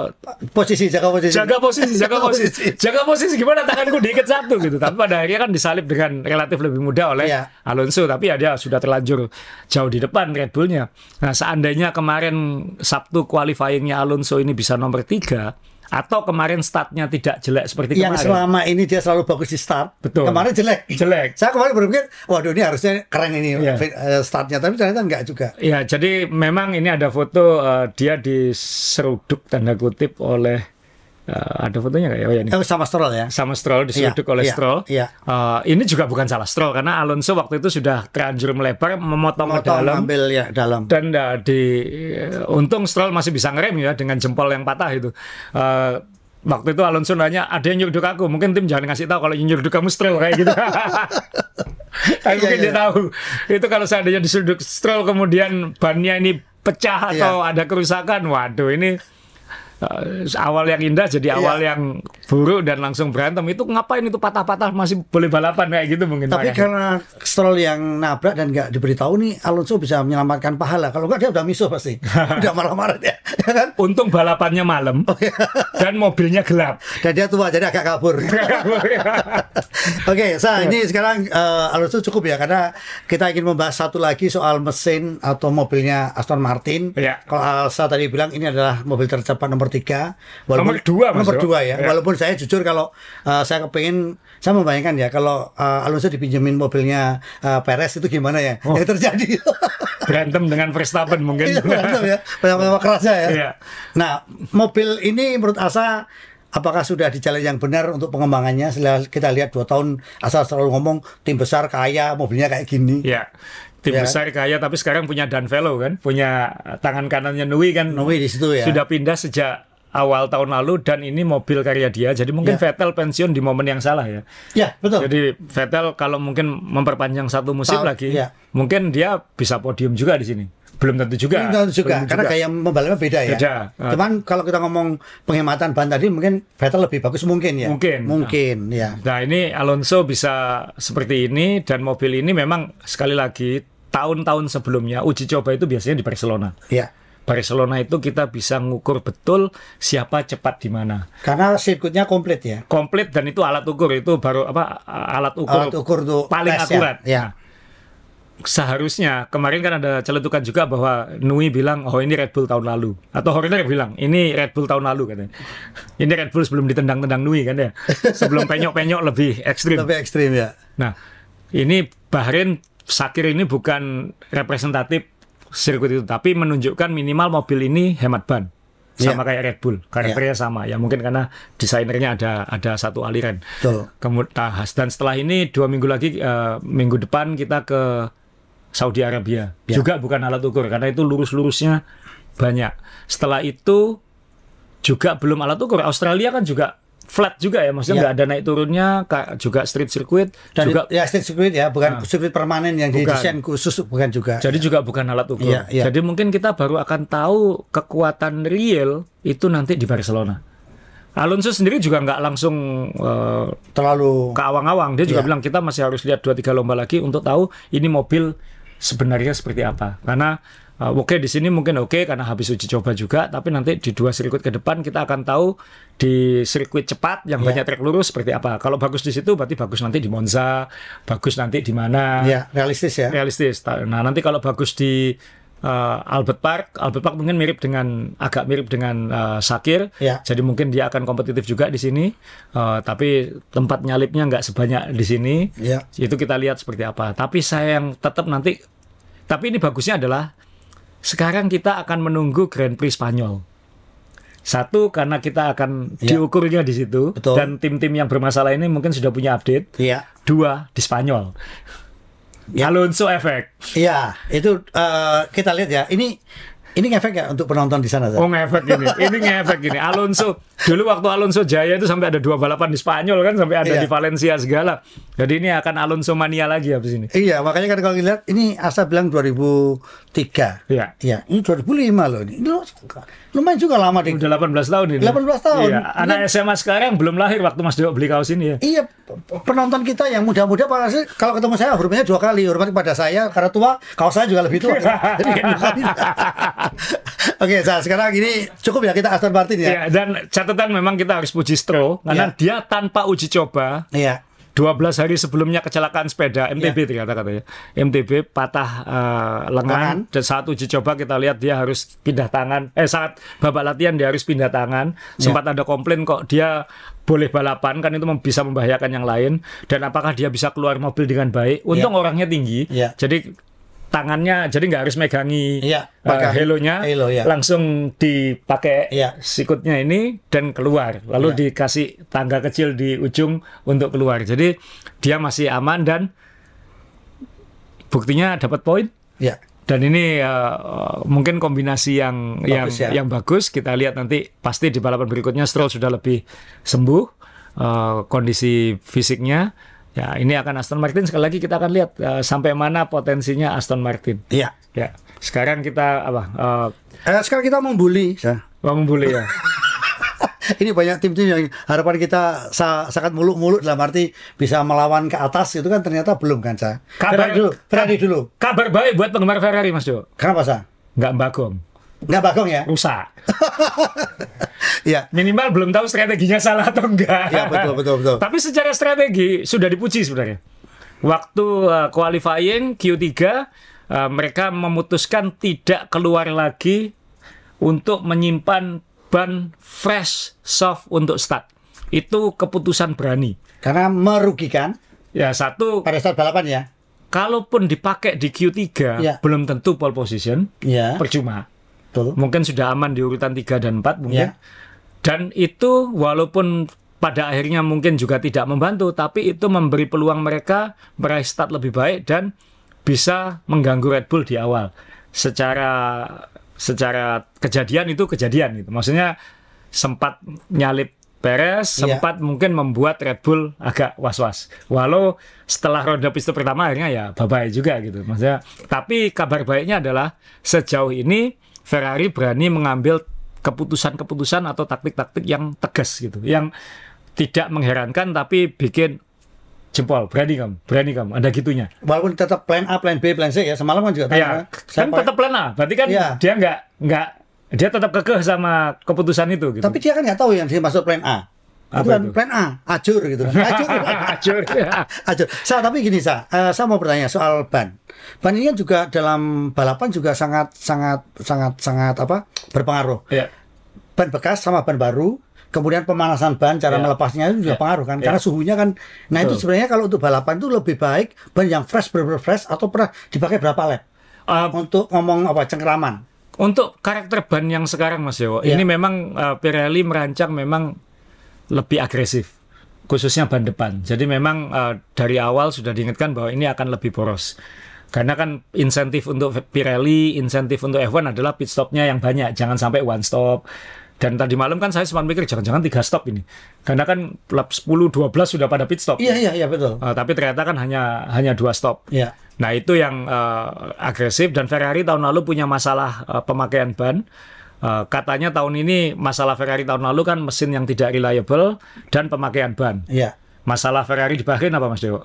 jaga posisi gimana tanganku diikat satu gitu. Tapi pada akhirnya kan disalip dengan relatif lebih mudah oleh Alonso, tapi ya dia sudah terlanjur jauh di depan Red Bull-nya. Nah seandainya kemarin Sabtu qualifying-nya Alonso ini bisa nomor 3, atau kemarin startnya tidak jelek seperti yang kemarin. Selama ini dia selalu bagus di start. Betul. Kemarin jelek. Saya kemarin berpikir, waduh ini harusnya keren ini startnya, tapi ternyata enggak juga. Ya, jadi memang ini ada foto dia diseruduk tanda kutip oleh ada fotonya nggak ya? Ini. Sama Stroll ya. Sama Stroll diseruduk oleh Stroll. Ini juga bukan salah Stroll karena Alonso waktu itu sudah terlanjur melebar memotong ke dalam. Ambil dalam. Dan untung Stroll masih bisa ngerem ya dengan jempol yang patah itu. Waktu itu Alonso nanya, ada yang nyeruduk aku. Mungkin tim jangan ngasih tahu kalau yang nyeruduk kamu Stroll kayak gitu. Tapi mungkin dia tahu. Itu kalau seandainya diseruduk Stroll kemudian bannya ini pecah atau ada kerusakan, waduh ini awal yang indah jadi awal yang buruk dan langsung berantem. Itu ngapain itu patah-patah masih boleh balapan kayak gitu mungkin. Tapi karena Stroll yang nabrak dan nggak diberitahu nih, Alonso bisa menyelamatkan pahala. Kalau nggak dia udah misuh pasti. Udah marah-marah dia. Ya kan? Untung balapannya malam dan mobilnya gelap. Dan dia tua jadi agak kabur. Oke, ini sekarang Alonso cukup ya karena kita ingin membahas satu lagi soal mesin atau mobilnya Aston Martin. Kalau Alsa tadi bilang ini adalah mobil tercepat nomor 3. Nomor 2, Mas Nomor Yo. 2 ya. Walaupun saya jujur kalau saya kepingin, saya membayangkan ya kalau Alonso dipinjemin mobilnya Perez itu gimana ya? Yang terjadi. Berantem dengan Verstappen mungkin. Iya, berantem ya. Pertama kerasnya ya. Iya. Nah, mobil ini menurut Asa apakah sudah di jalan yang benar untuk pengembangannya? Setelah kita lihat 2 tahun Asa selalu ngomong tim besar kaya, mobilnya kayak gini. Ya, tim Ya. besar kaya tapi sekarang punya Danvelo kan, punya tangan kanannya Nui kan. Nui di situ ya. Sudah pindah sejak awal tahun lalu dan ini mobil karya dia. Jadi mungkin Ya. Vettel pensiun di momen yang salah ya. Ya, betul. Jadi Vettel kalau mungkin memperpanjang 1 musim lagi, ya. mungkin dia bisa podium juga di sini. Belum tentu juga. Belum tentu juga, Belum karena juga. gaya membalapnya beda ya. Beda. Cuman kalau kita ngomong penghematan ban tadi mungkin Vettel lebih bagus mungkin ya. Mungkin. ya. Nah ini Alonso bisa seperti ini dan mobil ini memang sekali lagi tahun-tahun sebelumnya uji coba itu biasanya di Barcelona. Ya. Barcelona itu kita bisa ngukur betul siapa cepat di mana. Karena sirkuitnya komplit ya. Komplit dan itu alat ukur itu baru alat ukur Alat ukur tuh paling tes akurat. Ya. Nah, seharusnya kemarin kan ada celetukan juga bahwa Nui bilang oh ini Red Bull tahun lalu atau Horner bilang ini Red Bull tahun lalu katanya. Ini Red Bull sebelum ditendang-tendang Nui kan ya. Sebelum penyok-penyok lebih ekstrim. Lebih ekstrim ya. Nah, ini Bahrain Sakir ini bukan representatif sirkuit itu, tapi menunjukkan minimal mobil ini hemat ban. Sama kayak Red Bull, karakternya sama. Ya mungkin karena desainernya ada satu aliran. Betul. Dan setelah ini 2 minggu lagi, minggu depan kita ke Saudi Arabia. Ya. Juga bukan alat ukur, karena itu lurus-lurusnya banyak. Setelah itu juga belum alat ukur. Australia kan juga flat juga ya, maksudnya nggak ada naik turunnya, juga street circuit. Dan juga ya street circuit ya, bukan sirkuit permanen yang Bukan. didesain khusus, bukan juga. Jadi juga bukan alat ukur. Iya, iya. Jadi mungkin kita baru akan tahu kekuatan real itu nanti di Barcelona. Alonso sendiri juga nggak langsung Terlalu ke awang-awang. Dia juga Iya. bilang kita masih harus lihat 2-3 lomba lagi untuk tahu ini mobil sebenarnya seperti apa. Karena oke di sini mungkin oke karena habis uji coba juga, tapi nanti di 2 sirkuit ke depan kita akan tahu di sirkuit cepat yang banyak trek lurus seperti apa. Kalau bagus di situ berarti bagus nanti di Monza, bagus nanti di mana. ya realistis ya. Realistis. Nah, nanti kalau bagus di Albert Park mungkin agak mirip dengan Sakir. Ya. Jadi mungkin dia akan kompetitif juga di sini. Tapi tempat nyalipnya nggak sebanyak di sini. Ya. Itu kita lihat seperti apa. Tapi saya yang tetap nanti. Tapi ini bagusnya adalah sekarang kita akan menunggu Grand Prix Spanyol. Satu karena kita akan diukurnya di situ. Betul. Dan tim-tim yang bermasalah ini mungkin sudah punya update. Iya. 2 di Spanyol. Ya. Alonso efek. Iya, itu kita lihat ya. Ini ngefek ya untuk penonton di sana. Zak? Oh ngefek gini. Ini ngefek gini. Alonso dulu waktu Alonso jaya itu sampai ada 2 balapan di Spanyol kan, sampai ada Iya. di Valencia segala. Jadi ini akan Alonso mania lagi habis ini. Iya, makanya kan kalau lihat ini Asa bilang 2003. Iya. Iya, ini 2005 loh ini. Lumayan juga lama deh. Udah 18 tahun ini. 18 tahun. Iya. Anak SMA sekarang belum lahir waktu Mas Dewa beli kaos ini ya. Iya, penonton kita yang muda-muda pasti kalau ketemu saya hormatnya 2 kali, hormat kepada saya karena tua, kaos saya juga lebih tua. Jadi kayak 2 kali. Oke, sekarang ini cukup ya kita Aston Martin ya. Iya, dan catatan memang kita harus puji Stroll karena Iya. dia tanpa uji coba Iya. 12 hari sebelumnya kecelakaan sepeda MTB Iya. ternyata katanya. MTB patah lengan dan saat uji coba kita lihat dia harus pindah tangan. Saat babak latihan dia harus pindah tangan. Sempat ada komplain kok dia boleh balapan kan itu bisa membahayakan yang lain, dan apakah dia bisa keluar mobil dengan baik. Untung orangnya tinggi. Iya. Jadi tangannya jadi nggak harus megangi Iya, pakai helonya, halo, ya. langsung dipakai Iya. sikutnya ini dan keluar, lalu Iya. dikasih tangga kecil di ujung untuk keluar. Jadi dia masih aman dan buktinya dapat poin. Iya. Dan ini mungkin kombinasi yang Bagus, ya. yang bagus. Kita lihat nanti pasti di balapan berikutnya Stroll sudah lebih sembuh kondisi fisiknya. Ya, ini akan Aston Martin. Sekali lagi kita akan lihat sampai mana potensinya Aston Martin. Iya. Ya, sekarang kita Sekarang kita membuli. membuli ya. Ini banyak tim-tim yang harapan kita sangat muluk-muluk dalam arti bisa melawan ke atas itu kan ternyata belum kan, Sa. Ferrari dulu. Kabar baik buat penggemar Ferrari, Mas Jo. Kenapa, Sa? Nggak bagong, Nggak bagong ya? rusak. Iya. Minimal belum tahu strateginya salah atau enggak. Ya, betul. Tapi secara strategi sudah dipuji sebenarnya. Waktu qualifying Q3 mereka memutuskan tidak keluar lagi untuk menyimpan ban fresh soft untuk start. Itu keputusan berani. Karena merugikan Ya, satu, pada start balapan ya. kalaupun dipakai di Q3 Ya. belum tentu pole position, Ya. percuma. Betul. Mungkin sudah aman di urutan 3 dan 4 mungkin. Ya. Dan itu walaupun pada akhirnya mungkin juga tidak membantu, tapi itu memberi peluang mereka meraih start lebih baik dan bisa mengganggu Red Bull di awal. Secara kejadian itu kejadian gitu. Maksudnya sempat nyalip Perez, Iya. sempat mungkin membuat Red Bull agak was-was. Walau setelah ronde pit stop pertama akhirnya ya bye-bye juga gitu. Maksudnya, tapi kabar baiknya adalah sejauh ini Ferrari berani mengambil keputusan-keputusan atau taktik-taktik yang tegas gitu, yang tidak mengherankan tapi bikin jempol. Berani kamu, ada gitunya. Walaupun tetap plan A, plan B, plan C ya. Semalam kan juga Ya, kan tetap plan A. Berarti kan Iya. dia dia tetap kekeh sama keputusan itu gitu. Tapi dia kan nggak tahu yang dia masuk plan A. Apa Itu kan itu? plan A, ajur gitu kan. Ajur. Acur. Ajur. Tapi gini saya mau bertanya soal ban. Ban ini kan juga dalam balapan juga sangat berpengaruh. Ya. Ban bekas sama ban baru, kemudian pemanasan ban, cara Ya. melepasnya itu juga Ya. pengaruh kan, Ya. karena suhunya kan. Nah itu Betul. sebenarnya kalau untuk balapan itu lebih baik ban yang fresh, benar-benar fresh, atau pernah dipakai berapa lap untuk ngomong cengkeraman. Untuk karakter ban yang sekarang Mas Dewo, Ya. ini memang Pirelli merancang memang lebih agresif, khususnya ban depan. Jadi memang dari awal sudah diingatkan bahwa ini akan lebih boros. Karena kan insentif untuk Pirelli, insentif untuk F1 adalah pit stopnya yang banyak, jangan sampai one stop. Dan tadi malam kan saya sempat mikir jangan-jangan 3 stop ini. Karena kan lap 10, 12 sudah pada pit stop. Iya betul. Tapi ternyata kan hanya 2 stop. Iya. Nah itu yang agresif, dan Ferrari tahun lalu punya masalah pemakaian ban. Katanya tahun ini masalah Ferrari tahun lalu kan mesin yang tidak reliable dan pemakaian ban. Iya. Masalah Ferrari di Bahrain apa Mas Dewo?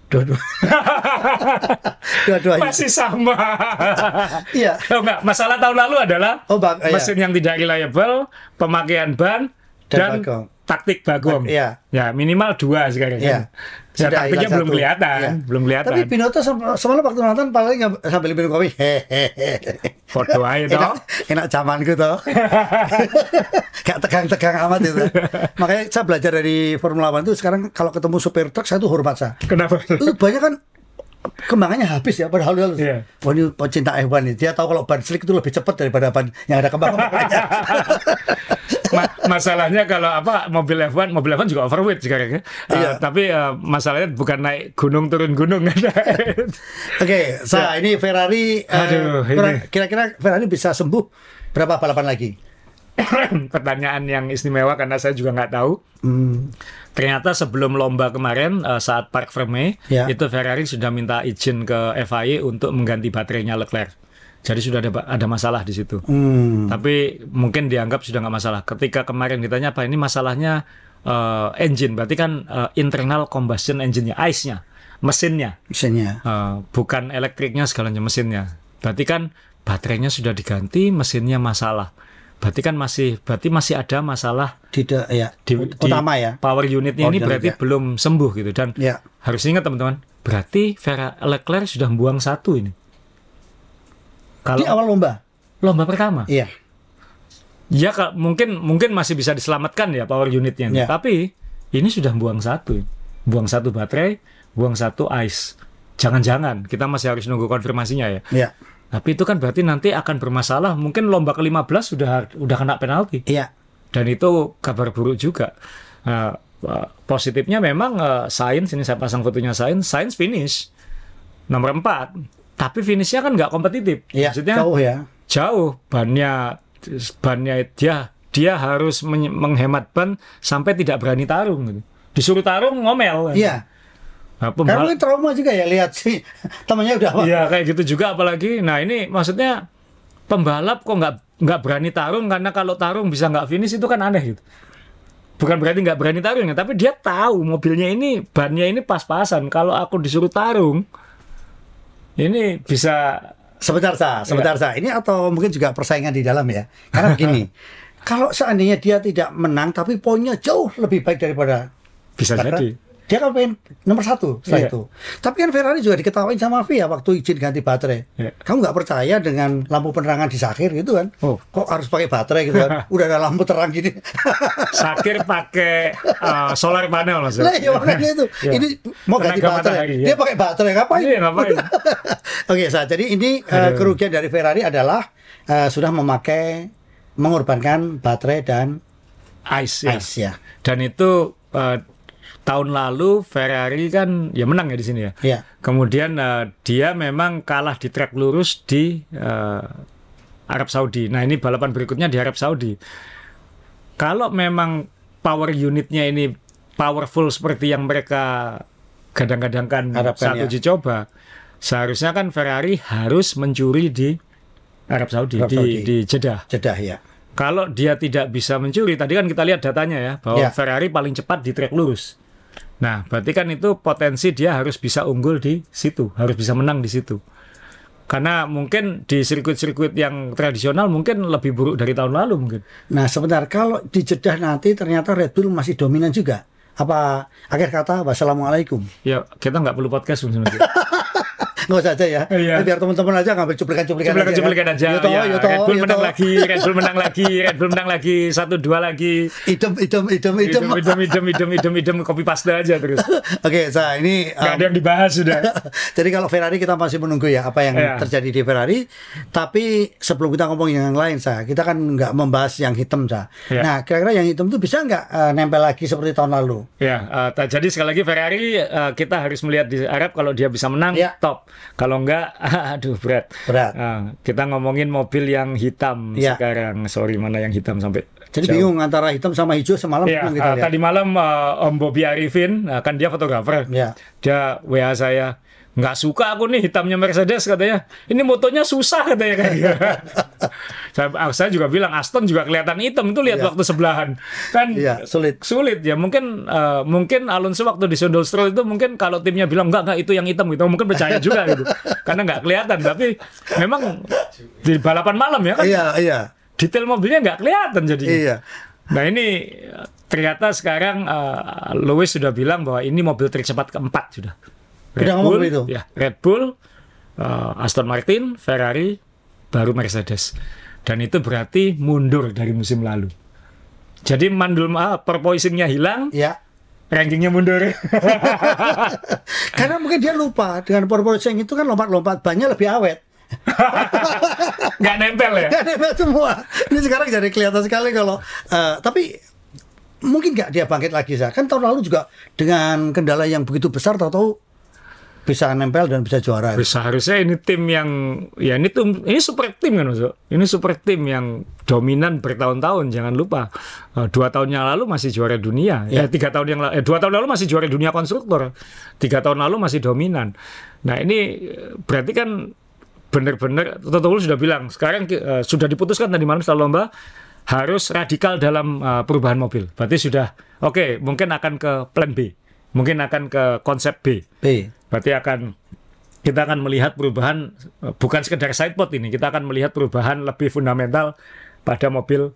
Dua-duanya. Masih sama. Iya. Oh, enggak, masalah tahun lalu adalah Iya. mesin yang tidak reliable, pemakaian ban, Dan dan bagong. taktik bagong. Iya. Ya minimal 2 sekarang Iya. kan. Ya, Sudah taktiknya hilang belum satu. kelihatan, Iya. belum kelihatan. Tapi Binotto semalam waktu nonton paling sambil minum kopi. Foto aja toh. Enak zamanku toh. Gak tegang-tegang amat itu. Makanya saya belajar dari Formula One itu sekarang kalau ketemu supir truk saya tuh hormat saya. Kenapa? Itu banyak kan kembangannya habis ya, padahal halus. Iya. Wah ini pecinta F1 nih. Dia tahu kalau ban slick itu lebih cepat daripada ban yang ada kembang-kembangnya. Masalahnya kalau mobil F1 juga overweight sekarang ya. Iya. Tapi masalahnya bukan naik gunung turun gunung kan. Oke, ini Ferrari. Aduh, ini. Kira-kira Ferrari bisa sembuh berapa balapan lagi? Pertanyaan yang istimewa karena saya juga nggak tahu. Ternyata sebelum lomba kemarin saat Parc Fermé Ya. itu Ferrari sudah minta izin ke FIA untuk mengganti baterainya Leclerc. Jadi sudah ada masalah di situ. Tapi mungkin dianggap sudah nggak masalah. Ketika kemarin ditanya apa ini masalahnya engine, berarti kan internal combustion engine-nya, ICE-nya, mesinnya. Mesinnya. Bukan elektriknya segalanya, mesinnya. Berarti kan baterainya sudah diganti, mesinnya masalah. Berarti masih ada masalah Tidak ya. di Utama ya. power unitnya ini Unit, berarti ya. belum sembuh gitu. Dan Ya. harus ingat teman-teman, berarti Leclerc sudah buang 1 ini. Kalau Di awal lomba pertama, Iya. ya mungkin masih bisa diselamatkan ya power unitnya. Ya. Tapi ini sudah buang 1, buang 1 baterai, buang 1 ICE. Jangan-jangan kita masih harus nunggu konfirmasinya ya. Iya. Tapi itu kan berarti nanti akan bermasalah. Mungkin lomba ke-15 sudah kena penalti. Iya. Dan itu kabar buruk juga. Positifnya memang Sainz, ini saya pasang fotonya Sainz finish nomor 4. Tapi finishnya kan nggak kompetitif. Iya. Maksudnya Jauh ya. jauh. Bannya dia harus menghemat ban sampai tidak berani tarung gitu. Disuruh tarung ngomel. Iya. Nah, Karena mungkin trauma juga ya lihat sih temannya udah Iya kayak gitu juga apalagi. Nah ini maksudnya pembalap kok nggak berani tarung, karena kalau tarung bisa nggak finish itu kan aneh gitu. Bukan berarti nggak berani tarung ya, tapi dia tahu mobilnya ini bannya ini pas-pasan. Kalau aku disuruh tarung, ini bisa. Sebentar sa. Ini atau mungkin juga persaingan di dalam ya. Karena begini, kalau seandainya dia tidak menang tapi poinnya jauh lebih baik daripada Bisa Leclerc, jadi. Dia kan pengen nomor 1 setelah itu. Tapi kan Ferrari juga diketawain sama FIA waktu izin ganti baterai. Kamu nggak percaya dengan lampu penerangan di Sakir gitu kan? Kok harus pakai baterai gitu kan? Udah ada lampu terang gini. Sakir pakai solar panel maksudnya. Nah, ya makanya itu. Ini mau ganti baterai. Dia pakai baterai ngapain? Iya, ngapain? Oke, jadi ini kerugian dari Ferrari adalah sudah mengorbankan baterai dan ice ya. Dan itu tahun lalu Ferrari kan ya menang ya di sini ya. Iya. Kemudian dia memang kalah di trek lurus di Arab Saudi. Nah, ini balapan berikutnya di Arab Saudi. Kalau memang power unitnya ini powerful seperti yang mereka gadang-gadangkan saat uji coba, seharusnya kan Ferrari harus mencuri di Arab Saudi, di Jeddah. Jeddah ya. Kalau dia tidak bisa mencuri, tadi kan kita lihat datanya ya, bahwa Ferrari paling cepat di trek lurus. Nah, berarti kan itu potensi dia harus bisa unggul di situ, harus bisa menang di situ. Karena mungkin di sirkuit-sirkuit yang tradisional mungkin lebih buruk dari tahun lalu mungkin. Nah, sebentar, kalau di Jeddah nanti ternyata Red Bull masih dominan juga. Apa akhir kata wassalamualaikum? Ya, kita nggak perlu podcast sebenarnya. Nggak usah aja ya. Iya. Biar teman-teman aja ngambil cuplikan-cuplikan aja. Yoto, Red Bull menang lagi, Red Bull menang lagi, 1-2 lagi. Idem, copy paste aja terus. Oke, ini nggak ada yang dibahas sudah. Jadi kalau Ferrari kita masih menunggu ya apa yang terjadi di Ferrari. Tapi sebelum kita ngomongin yang lain, kita kan nggak membahas yang hitam, Nah, kira-kira yang hitam itu bisa nggak nempel lagi seperti tahun lalu? Ya, jadi sekali lagi Ferrari kita harus melihat di Arab kalau dia bisa menang top. Kalau enggak, aduh berat. Kita ngomongin mobil yang hitam sekarang. Sorry, mana yang hitam sampai jadi jauh. Bingung antara hitam sama hijau semalam. Kita lihat. Tadi malam Om Bobby Arifin, kan dia fotografer. Dia WA saya, nggak suka aku nih hitamnya Mercedes katanya. Ini motonya susah katanya kan. Saya juga bilang Aston juga kelihatan hitam tuh lihat waktu sebelahan kan sulit ya mungkin Alonso waktu di Sundal Stroll itu mungkin kalau timnya bilang enggak itu yang hitam gitu mungkin percaya juga gitu karena nggak kelihatan tapi memang di balapan malam ya kan detail mobilnya nggak kelihatan jadi nah ini ternyata sekarang Lewis sudah bilang bahwa ini mobil tercepat keempat sudah Red Bull, Aston Martin, Ferrari, baru Mercedes. Dan itu berarti mundur dari musim lalu. Jadi mandul porpoisingnya hilang, rankingnya mundur. Karena mungkin dia lupa dengan porpoising itu kan lompat-lompat bannya lebih awet. Nggak nempel ya? Nggak nempel semua. Ini sekarang jadi kelihatan sekali kalau tapi mungkin nggak dia bangkit lagi kan tahun lalu juga dengan kendala yang begitu besar tahu-tahu bisa nempel dan bisa juara. Seharusnya ini tim yang ini super tim kan Mas. Ini super tim yang dominan bertahun-tahun. Jangan lupa 2 tahun yang lalu masih juara dunia. 2 tahun lalu masih juara dunia konstruktor. 3 tahun lalu masih dominan. Nah ini berarti kan benar-benar Toto Wolff sudah bilang sekarang sudah diputuskan tadi malam setelah lomba harus radikal dalam perubahan mobil. Berarti sudah mungkin akan ke plan B. Mungkin akan ke konsep B. Berarti kita akan melihat perubahan bukan sekedar sidepod ini, kita akan melihat perubahan lebih fundamental pada mobil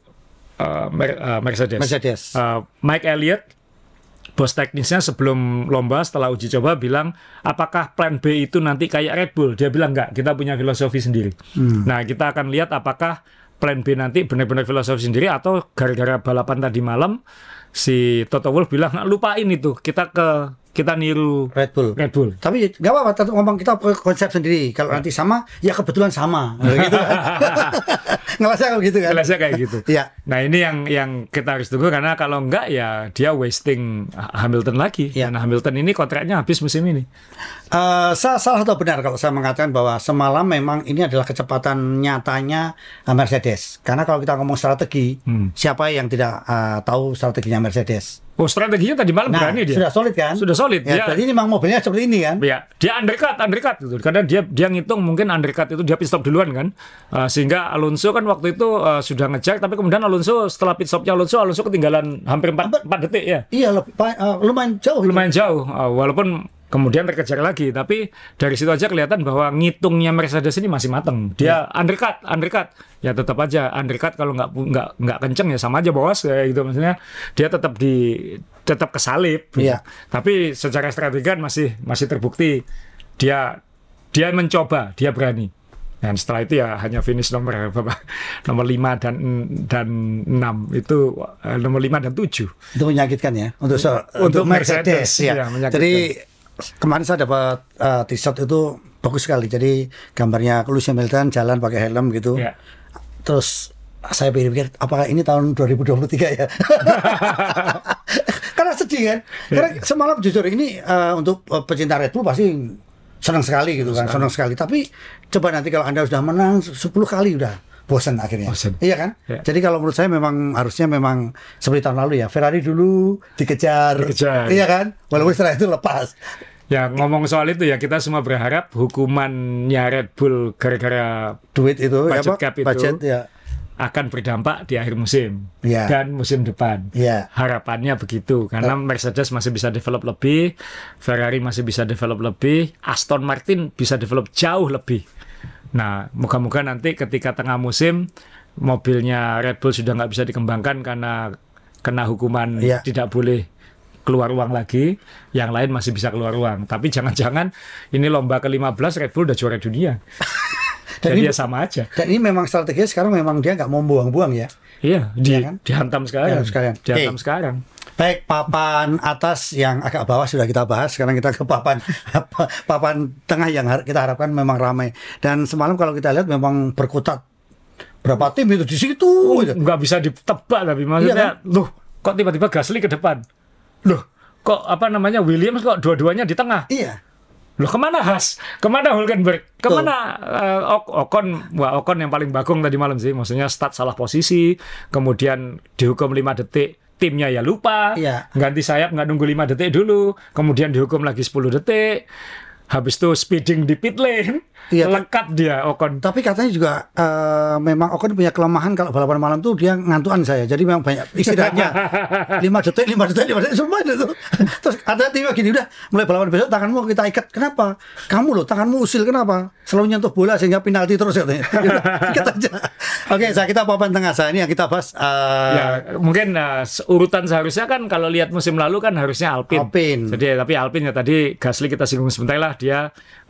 Mercedes. Mike Elliott, bos teknisnya sebelum lomba setelah uji coba bilang, apakah plan B itu nanti kayak Red Bull? Dia bilang enggak, kita punya filosofi sendiri. Nah, kita akan lihat apakah plan B nanti benar-benar filosofi sendiri atau gara-gara balapan tadi malam si Toto Wolff bilang lupain itu kita niru Red Bull. Tapi nggak apa-apa, tetap ngomong kita konsep sendiri. Kalau nanti sama, ya kebetulan sama. Gitu kan. Ngelasnya kayak gitu kan. Ngelasnya kayak gitu. Iya. Nah ini yang kita harus tunggu karena kalau enggak ya dia wasting Hamilton lagi. Dan Hamilton ini kontraknya habis musim ini. Salah atau benar kalau saya mengatakan bahwa semalam memang ini adalah kecepatan nyatanya Mercedes. Karena kalau kita ngomong strategi, siapa yang tidak tahu strateginya Mercedes? Strateginya tadi malam berani dia. Sudah solid kan? Sudah solid. Ya, berarti ini memang mobilnya seperti ini kan? Ya, dia undercut gitu. Karena dia ngitung mungkin undercut itu dia pit stop duluan kan. Sehingga Alonso kan waktu itu sudah ngejar tapi kemudian Alonso setelah pit stopnya Alonso ketinggalan hampir 4 detik ya. Iya, lumayan jauh. Lumayan jauh. Walaupun kemudian terkejar lagi. Tapi dari situ aja kelihatan bahwa ngitungnya Mercedes ini masih mateng. Dia undercut, ya tetap aja undercut kalau nggak kenceng ya sama aja bos kayak gitu, maksudnya dia tetap kesalip. Iya. Tapi secara strategi kan masih terbukti dia mencoba, dia berani. Dan setelah itu ya hanya finish nomor 5 dan 6 itu nomor 5 dan 7. Itu menyakitkan ya untuk Mercedes ya. Jadi kemarin saya dapat t-shirt itu bagus sekali. Jadi gambarnya Lewis Hamilton jalan pakai helm gitu. Ya. Terus saya pikir apakah ini tahun 2023 ya? Karena sedih kan. Karena semalam jujur ini untuk pecinta Red Bull pasti senang sekali gitu kan, senang sekali. Tapi coba nanti kalau Anda sudah menang 10 kali udah bosan akhirnya. Iya kan? Ya. Jadi kalau menurut saya harusnya seperti tahun lalu ya. Ferrari dulu dikejar. Iya kan? Walaupun setelah itu lepas. Ya ngomong soal itu ya, kita semua berharap hukumannya Red Bull gara-gara duit itu budget cap itu ya, akan berdampak di akhir musim dan musim depan. Harapannya begitu, karena Mercedes masih bisa develop lebih, Ferrari masih bisa develop lebih, Aston Martin bisa develop jauh lebih. Nah, moga-moga nanti ketika tengah musim mobilnya Red Bull sudah nggak bisa dikembangkan karena kena hukuman tidak boleh keluar uang lagi, yang lain masih bisa keluar uang. Tapi jangan-jangan ini lomba ke-15 Red Bull udah juara dunia. Dan jadi ya sama aja. Dan ini memang strateginya sekarang memang dia nggak mau buang-buang ya. Iya, dihantam sekarang. Dihantam sekarang. Baik, papan atas yang agak bawah sudah kita bahas. Sekarang kita ke papan tengah yang kita harapkan memang ramai. Dan semalam kalau kita lihat memang berkutat. Berapa tim itu di situ? Nggak bisa ditebak, tapi maksudnya, loh, kok tiba-tiba Gasly ke depan? Loh, kok Williams kok dua-duanya di tengah? Iya. Loh, kemana Haas? Kemana Hülkenberg? Kemana Ocon? Wah, Ocon yang paling bagong tadi malam sih. Maksudnya start salah posisi, kemudian dihukum 5 detik, timnya ya lupa, ganti sayap nggak nunggu 5 detik dulu, kemudian dihukum lagi 10 detik, habis itu speeding di pit lane, lekat dia Ocon. Tapi katanya juga memang Ocon punya kelemahan kalau balapan malam tuh dia ngantuan saya. Jadi memang banyak istirahatnya. 5 detik semua itu. Terus ada tiba gini, udah mulai balapan besok tanganmu kita ikat. Kenapa? Kamu loh tanganmu usil, kenapa? Selalu nyentuh bola sehingga penalti terus katanya. Ikat aja. Oke, kita papan tengah saya ini yang kita bahas. Ya, mungkin urutan seharusnya kan kalau lihat musim lalu kan harusnya Alpine. Jadi tapi Alpine ya tadi Gasly kita singgung sebentar lah, dia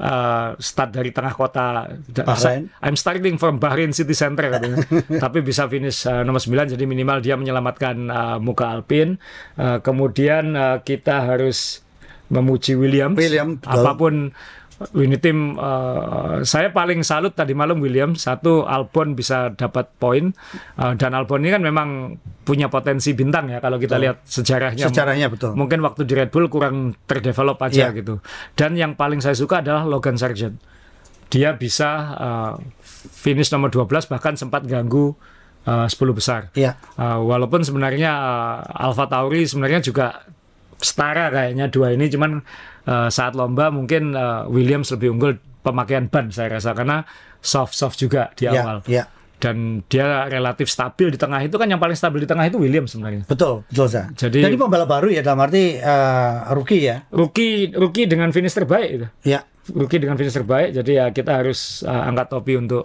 start dari tengah kota. I'm starting from Bahrain City Center katanya. Tapi bisa finish nomor 9, jadi minimal dia menyelamatkan muka Alpine. Kemudian kita harus memuji Williams. Apapun ini tim, saya paling salut tadi malam Williams. Satu, Albon bisa dapat poin, dan Albon ini kan memang punya potensi bintang ya kalau kita lihat sejarahnya betul. Mungkin waktu di Red Bull kurang terdevelop aja gitu. Dan yang paling saya suka adalah Logan Sargent. Dia bisa finish nomor 12, bahkan sempat ganggu 10 besar. Walaupun sebenarnya Alfa Tauri sebenarnya juga setara kayaknya dua ini, cuman saat lomba mungkin Williams lebih unggul pemakaian ban saya rasa, karena soft juga di awal. Dan dia relatif stabil di tengah. Itu kan yang paling stabil di tengah itu Williams sebenarnya. Betul Za. Jadi pembalap baru ya, dalam arti rookie ya. Rookie dengan finish terbaik itu. Rookie dengan finish terbaik. Jadi ya kita harus angkat topi untuk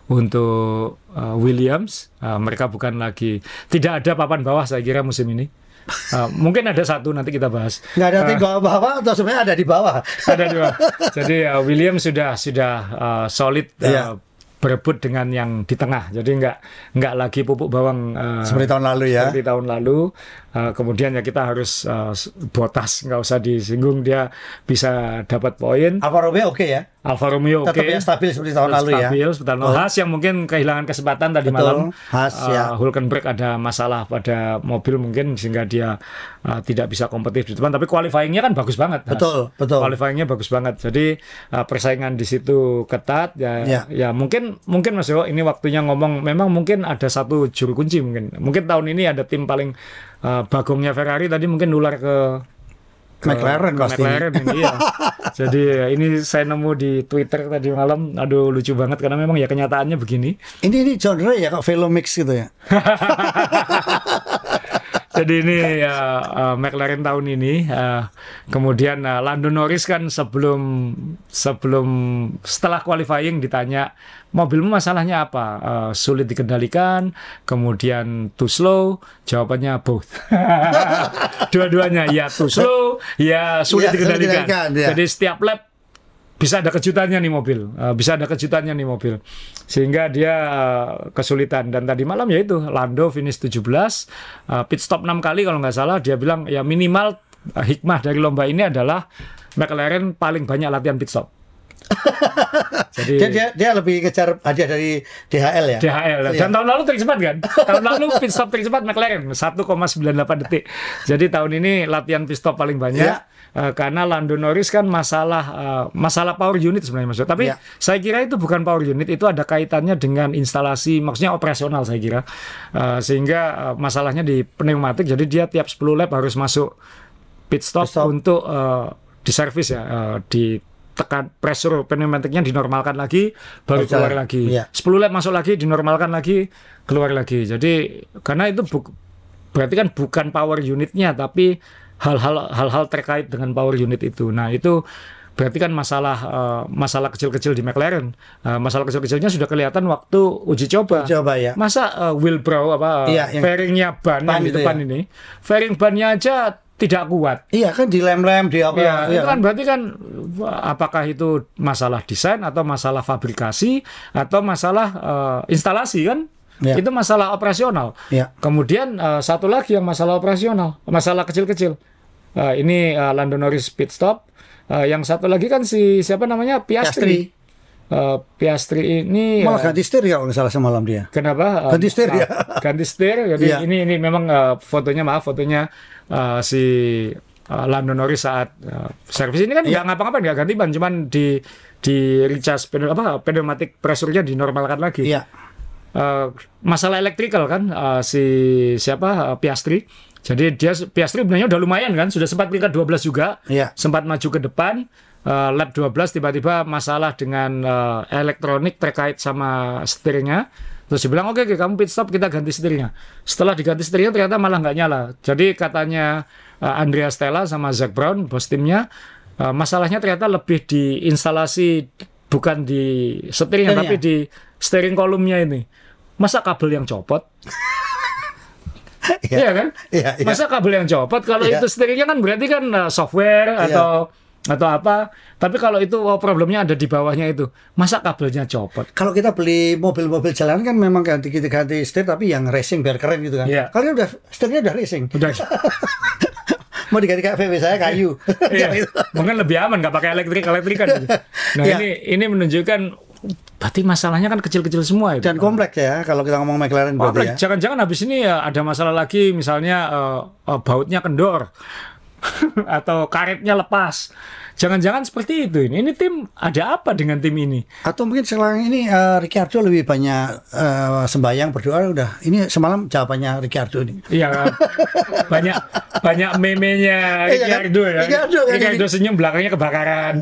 Williams. Mereka bukan lagi, tidak ada papan bawah saya kira musim ini. Mungkin ada satu nanti kita bahas. Nggak ada di bawah atau sebenarnya ada di bawah? Ada di bawah. Jadi Williams sudah solid berebut dengan yang di tengah. Jadi nggak lagi pupuk bawang seperti tahun lalu ya. Seperti tahun lalu. Kemudian ya kita harus Bottas nggak usah disinggung, dia bisa dapat poin. Alfa Romeo oke ya. Alfa Romeo oke. Tetap ya stabil seperti tahun lalu ya. Haas yang mungkin kehilangan kesempatan tadi malam. Haas ya. Hulkenberg ada masalah pada mobil mungkin sehingga dia tidak bisa kompetitif di depan. Tapi qualifying-nya kan bagus banget. Betul. Qualifying-nya bagus banget. Jadi persaingan di situ ketat. Ya mungkin Mas Yo ini waktunya ngomong. Memang mungkin ada satu juru kunci mungkin. Mungkin tahun ini ada tim paling bagongnya Ferrari tadi mungkin nular ke McLaren pasti. Ini, ya. Jadi ini saya nemu di Twitter tadi malam. Aduh lucu banget karena memang ya kenyataannya begini. Ini genre ya kok Velomix gitu ya. Jadi ini McLaren tahun ini. Kemudian Lando Norris kan setelah qualifying ditanya mobilmu masalahnya apa? Sulit dikendalikan, kemudian too slow. Jawabannya both. Dua-duanya ya too slow, ya sulit dikendalikan. Ya. Jadi setiap lap bisa ada kejutannya nih mobil. Sehingga dia kesulitan. Dan tadi malam ya itu Lando finish 17, pit stop 6 kali kalau nggak salah. Dia bilang ya minimal hikmah dari lomba ini adalah McLaren paling banyak latihan pit stop. Jadi dia lebih kejar hadiah dari DHL ya. Dan tahun lalu tercepat kan? Tahun lalu pit stop tercepat McLaren 1,98 detik. Jadi tahun ini latihan pit stop paling banyak. Karena Lando Norris kan masalah power unit sebenarnya maksud. Tapi saya kira itu bukan power unit, itu ada kaitannya dengan instalasi, maksudnya operasional saya kira. Sehingga masalahnya di pneumatik. Jadi dia tiap 10 lap harus masuk pit stop. Untuk diservis ya, ditekan pressure pneumatiknya dinormalkan lagi, baru keluar lagi. 10 lap masuk lagi, dinormalkan lagi, keluar lagi. Jadi karena itu berarti kan bukan power unitnya, tapi hal-hal terkait dengan power unit itu. Nah itu berarti kan masalah kecil-kecil di McLaren. Masalah kecil-kecilnya sudah kelihatan waktu uji coba ya. Masa wheel brow fairingnya ban yang di depan ini, fairing bannya aja tidak kuat. Iya kan dilem-lem di apa? Itu kan berarti kan apakah itu masalah desain atau masalah fabrikasi atau masalah instalasi kan? Itu masalah operasional. Kemudian satu lagi yang masalah operasional, masalah kecil-kecil. Ini Lando Norris pit stop. Yang satu lagi kan siapa namanya Piastri. Piastri ini malah ganti setir ya kalau nggak salah semalam dia. Kenapa? Ganti setir ya. Ganti setir. Jadi ini memang fotonya si Lando Norris saat servis ini kan nggak ngapa-ngapain, nggak ganti ban, cuman di recharge pneumatic pressure-nya dinormalkan lagi. Masalah elektrikal kan Piastri. Jadi Piastri sebenarnya udah lumayan kan, sudah sempat peringkat 12 juga, sempat maju ke depan, lap 12 tiba-tiba masalah dengan elektronik terkait sama setirnya. Terus dia bilang oke, kamu pit stop, kita ganti setirnya. Setelah diganti setirnya ternyata malah nggak nyala. Jadi katanya Andrea Stella sama Zac Brown, bos timnya, masalahnya ternyata lebih di instalasi, bukan di setirnya, tapi di steering kolumnya ini. Masa kabel yang copot? Iya kan? Masa kabel yang copot? Kalau itu setirnya kan berarti kan software atau apa. Tapi kalau itu problemnya ada di bawahnya itu, masa kabelnya copot? Kalau kita beli mobil-mobil jalan kan memang ganti setir, tapi yang racing biar keren gitu kan. Kalau udah setirnya udah racing. Mau diganti kayak VW saya kayu. Mungkin lebih aman nggak pakai elektrikan gitu. Nah ini menunjukkan berarti masalahnya kan kecil-kecil semua itu. Dan kompleks ya kalau kita ngomong McLaren berarti ya. Jangan-jangan habis ini ya ada masalah lagi, misalnya bautnya kendor atau karetnya lepas. Jangan-jangan seperti itu. Ini tim ada apa dengan tim ini? Atau mungkin sekarang ini Ricciardo lebih banyak sembahyang berdoa udah. Ini semalam jawabannya Ricciardo ini. Iya, banyak meme-nya Ricciardo ya. Ricciardo senyum, belakangnya kebakaran.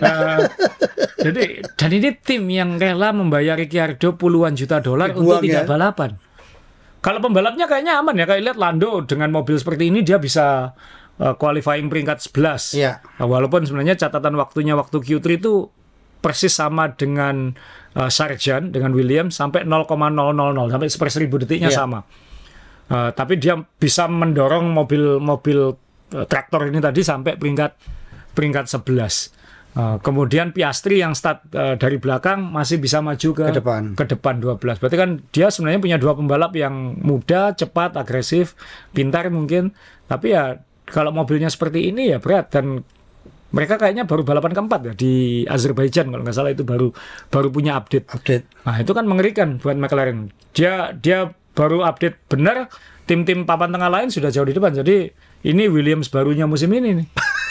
Jadi dan ini tim yang rela membayar Ricciardo puluhan juta dolar untuk tidak balapan. Kalau pembalapnya kayaknya aman ya. Kayak lihat Lando dengan mobil seperti ini dia bisa qualifying peringkat 11. Walaupun sebenarnya catatan waktunya waktu Q3 itu persis sama dengan Sargent, dengan Williams sampai 0,000 sampai 1/1000 detiknya sama. Tapi dia bisa mendorong mobil traktor ini tadi sampai peringkat 11. Kemudian Piastri yang start dari belakang masih bisa maju ke depan 12. Berarti kan dia sebenarnya punya dua pembalap yang muda, cepat, agresif, pintar mungkin. Tapi ya kalau mobilnya seperti ini ya berat, dan mereka kayaknya baru balapan keempat ya di Azerbaijan kalau nggak salah, itu baru punya update. Nah itu kan mengerikan buat McLaren. Dia baru update benar, tim-tim papan tengah lain sudah jauh di depan. Jadi ini Williams barunya musim ini nih.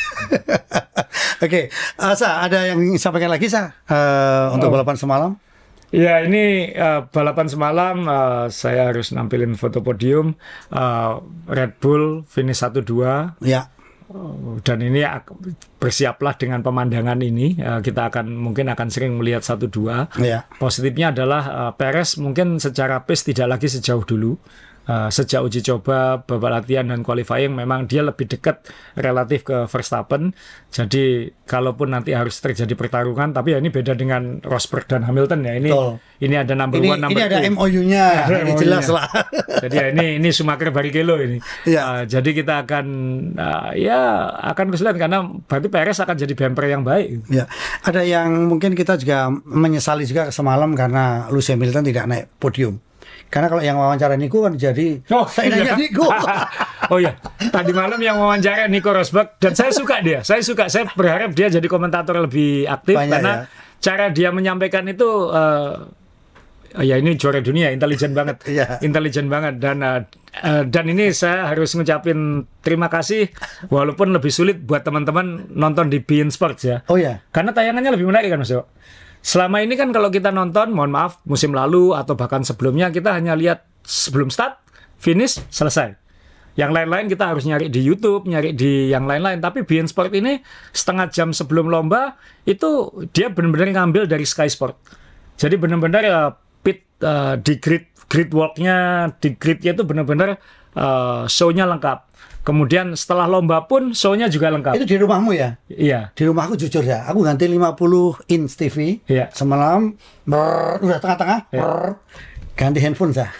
Oke, Sa, ada yang ingin sampaikan lagi untuk balapan semalam? Ya ini balapan semalam saya harus nampilin foto podium Red Bull finish 1-2. Dan ini bersiaplah dengan pemandangan ini, kita mungkin akan sering melihat 1-2. Positifnya adalah Perez mungkin secara pace tidak lagi sejauh dulu. sejak uji coba, babak latihan dan qualifying memang dia lebih dekat relatif ke Verstappen. Jadi kalaupun nanti harus terjadi pertarungan, tapi ya ini beda dengan Rosberg dan Hamilton ya. Ini ada number one, number ini ada two. MOU-nya, ini jelas lah. Jadi ya ini Schumacher Barrichello ini. Ya. Jadi kita akan akan kesulitan karena berarti Perez akan jadi bumper yang baik. Ya, ada yang mungkin kita juga menyesali juga semalam karena Lewis Hamilton tidak naik podium. Karena kalau yang wawancara Nico kan jadi iya. Nico. Oh ya, tadi malam yang wawancara Nico Rosberg dan saya suka dia. Saya berharap dia jadi komentator lebih aktif. Banyak, karena cara dia menyampaikan itu ya ini juara dunia, intelijen banget. Intelijen banget dan ini saya harus ngucapin terima kasih walaupun lebih sulit buat teman-teman nonton di beIN Sports ya. Oh ya. Karena tayangannya lebih menarik kan Mas Yo. Selama ini kan kalau kita nonton, mohon maaf, musim lalu atau bahkan sebelumnya kita hanya lihat sebelum start, finish, selesai. Yang lain-lain kita harus nyari di YouTube, nyari di yang lain-lain. Tapi beIN Sport ini setengah jam sebelum lomba itu dia benar-benar ngambil dari Sky Sport. Jadi benar-benar pit di grid walk-nya, di grid-nya itu benar-benar show-nya lengkap. Kemudian setelah lomba pun show-nya juga lengkap. Itu di rumahmu ya? Iya. Di rumahku jujur ya, aku ganti 50 inch TV. Iya. Semalam udah tengah-tengah. Ganti handphone saya.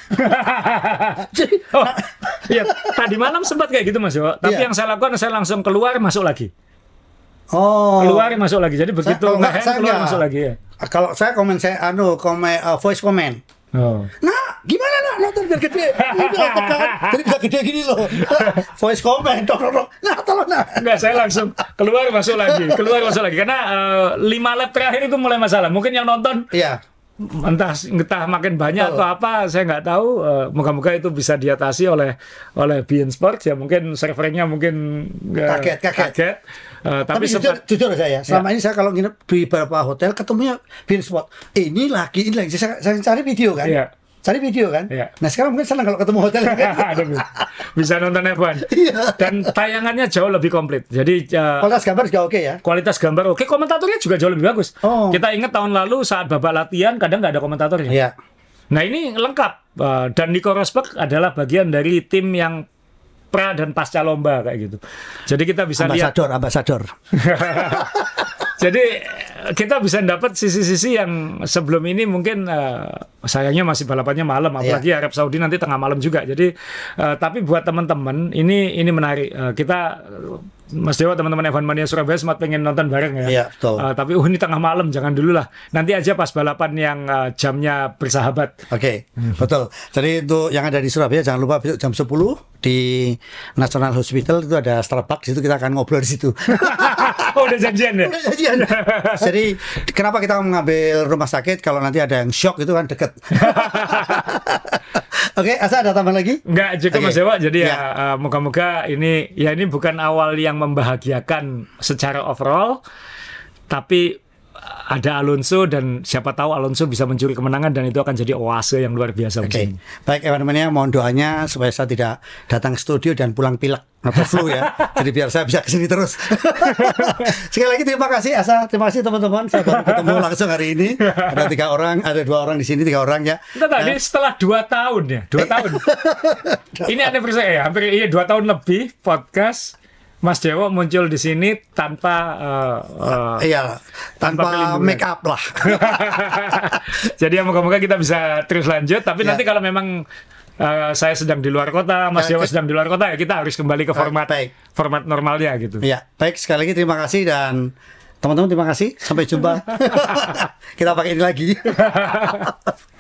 Iya, tadi malam sempat kayak gitu Mas Yo. Tapi yang saya lakukan saya langsung keluar masuk lagi. Keluar masuk lagi. Jadi begitu keluar masuk lagi ya. Kalau saya voice comment. Nah, gimana nonton biar gede? Jadi bisa gede gini loh. Voice comment, nah tolong nah. Enggak, saya langsung keluar masuk lagi. Karena 5 lap terakhir itu mulai masalah. Mungkin yang nonton entah makin banyak atau apa, saya nggak tahu. Moga-moga itu bisa diatasi oleh beIN Sports ya. Mungkin servernya mungkin kaget. Tapi jujur saya, selama ini saya kalau nginep di beberapa hotel ketemunya beIN Sports. Ini lagi. Saya cari video kan. Cari video kan. Nah sekarang mungkin senang kalau ketemu hotel kan. Bisa nonton F1. Dan tayangannya jauh lebih komplit. Jadi kualitas gambar juga oke ya. Kualitas gambar oke, komentatornya juga jauh lebih bagus. Kita ingat tahun lalu saat babak latihan kadang nggak ada komentatornya. Nah ini lengkap. Dan Nico Rosberg adalah bagian dari tim yang pra dan pasca lomba kayak gitu. Jadi kita bisa ambasador. Jadi kita bisa dapat sisi-sisi yang sebelum ini mungkin sayangnya masih balapannya malam, apalagi Arab Saudi nanti tengah malam juga. Jadi tapi buat teman-teman ini menarik. Kita Mas Dewa, teman-teman F1 Mania Surabaya sempat pengen nonton bareng ya. Iya, betul. Tapi ini tengah malam, jangan dulu lah. Nanti aja pas balapan yang jamnya bersahabat. Oke, betul. Jadi untuk yang ada di Surabaya jangan lupa besok jam 10 di National Hospital itu ada Starbucks, itu kita akan ngobrol di situ. Udah janjian ya? Udah janjian. Jadi kenapa kita mengambil rumah sakit kalau nanti ada yang shock itu kan deket. Oke, Asa ada tambahan lagi? Enggak, cukup Mas Dewa. Jadi moga-moga ini bukan awal yang membahagiakan secara overall, tapi ada Alonso dan siapa tahu Alonso bisa mencuri kemenangan dan itu akan jadi oase yang luar biasa. Baik, F1 Mania, mohon doanya supaya saya tidak datang ke studio dan pulang pilek atau flu ya. Jadi biar saya bisa kesini terus. Sekali lagi terima kasih Asa, terima kasih teman-teman. Saya baru ketemu langsung hari ini. Ada 3 orang, ada 2 orang di sini, 3 orang ya. Tadi setelah 2 tahun ya, 2 tahun. Ini anniversary ya, hampir 2 tahun lebih podcast. Mas Dewo muncul di sini tanpa tanpa make up lah. Jadi moga-moga kita bisa terus lanjut. Tapi nanti kalau memang saya sedang di luar kota, Mas Dewo sedang di luar kota, ya kita harus kembali ke format normalnya gitu. Ya, baik, sekali lagi terima kasih dan teman-teman terima kasih. Sampai jumpa. Kita pakai ini lagi.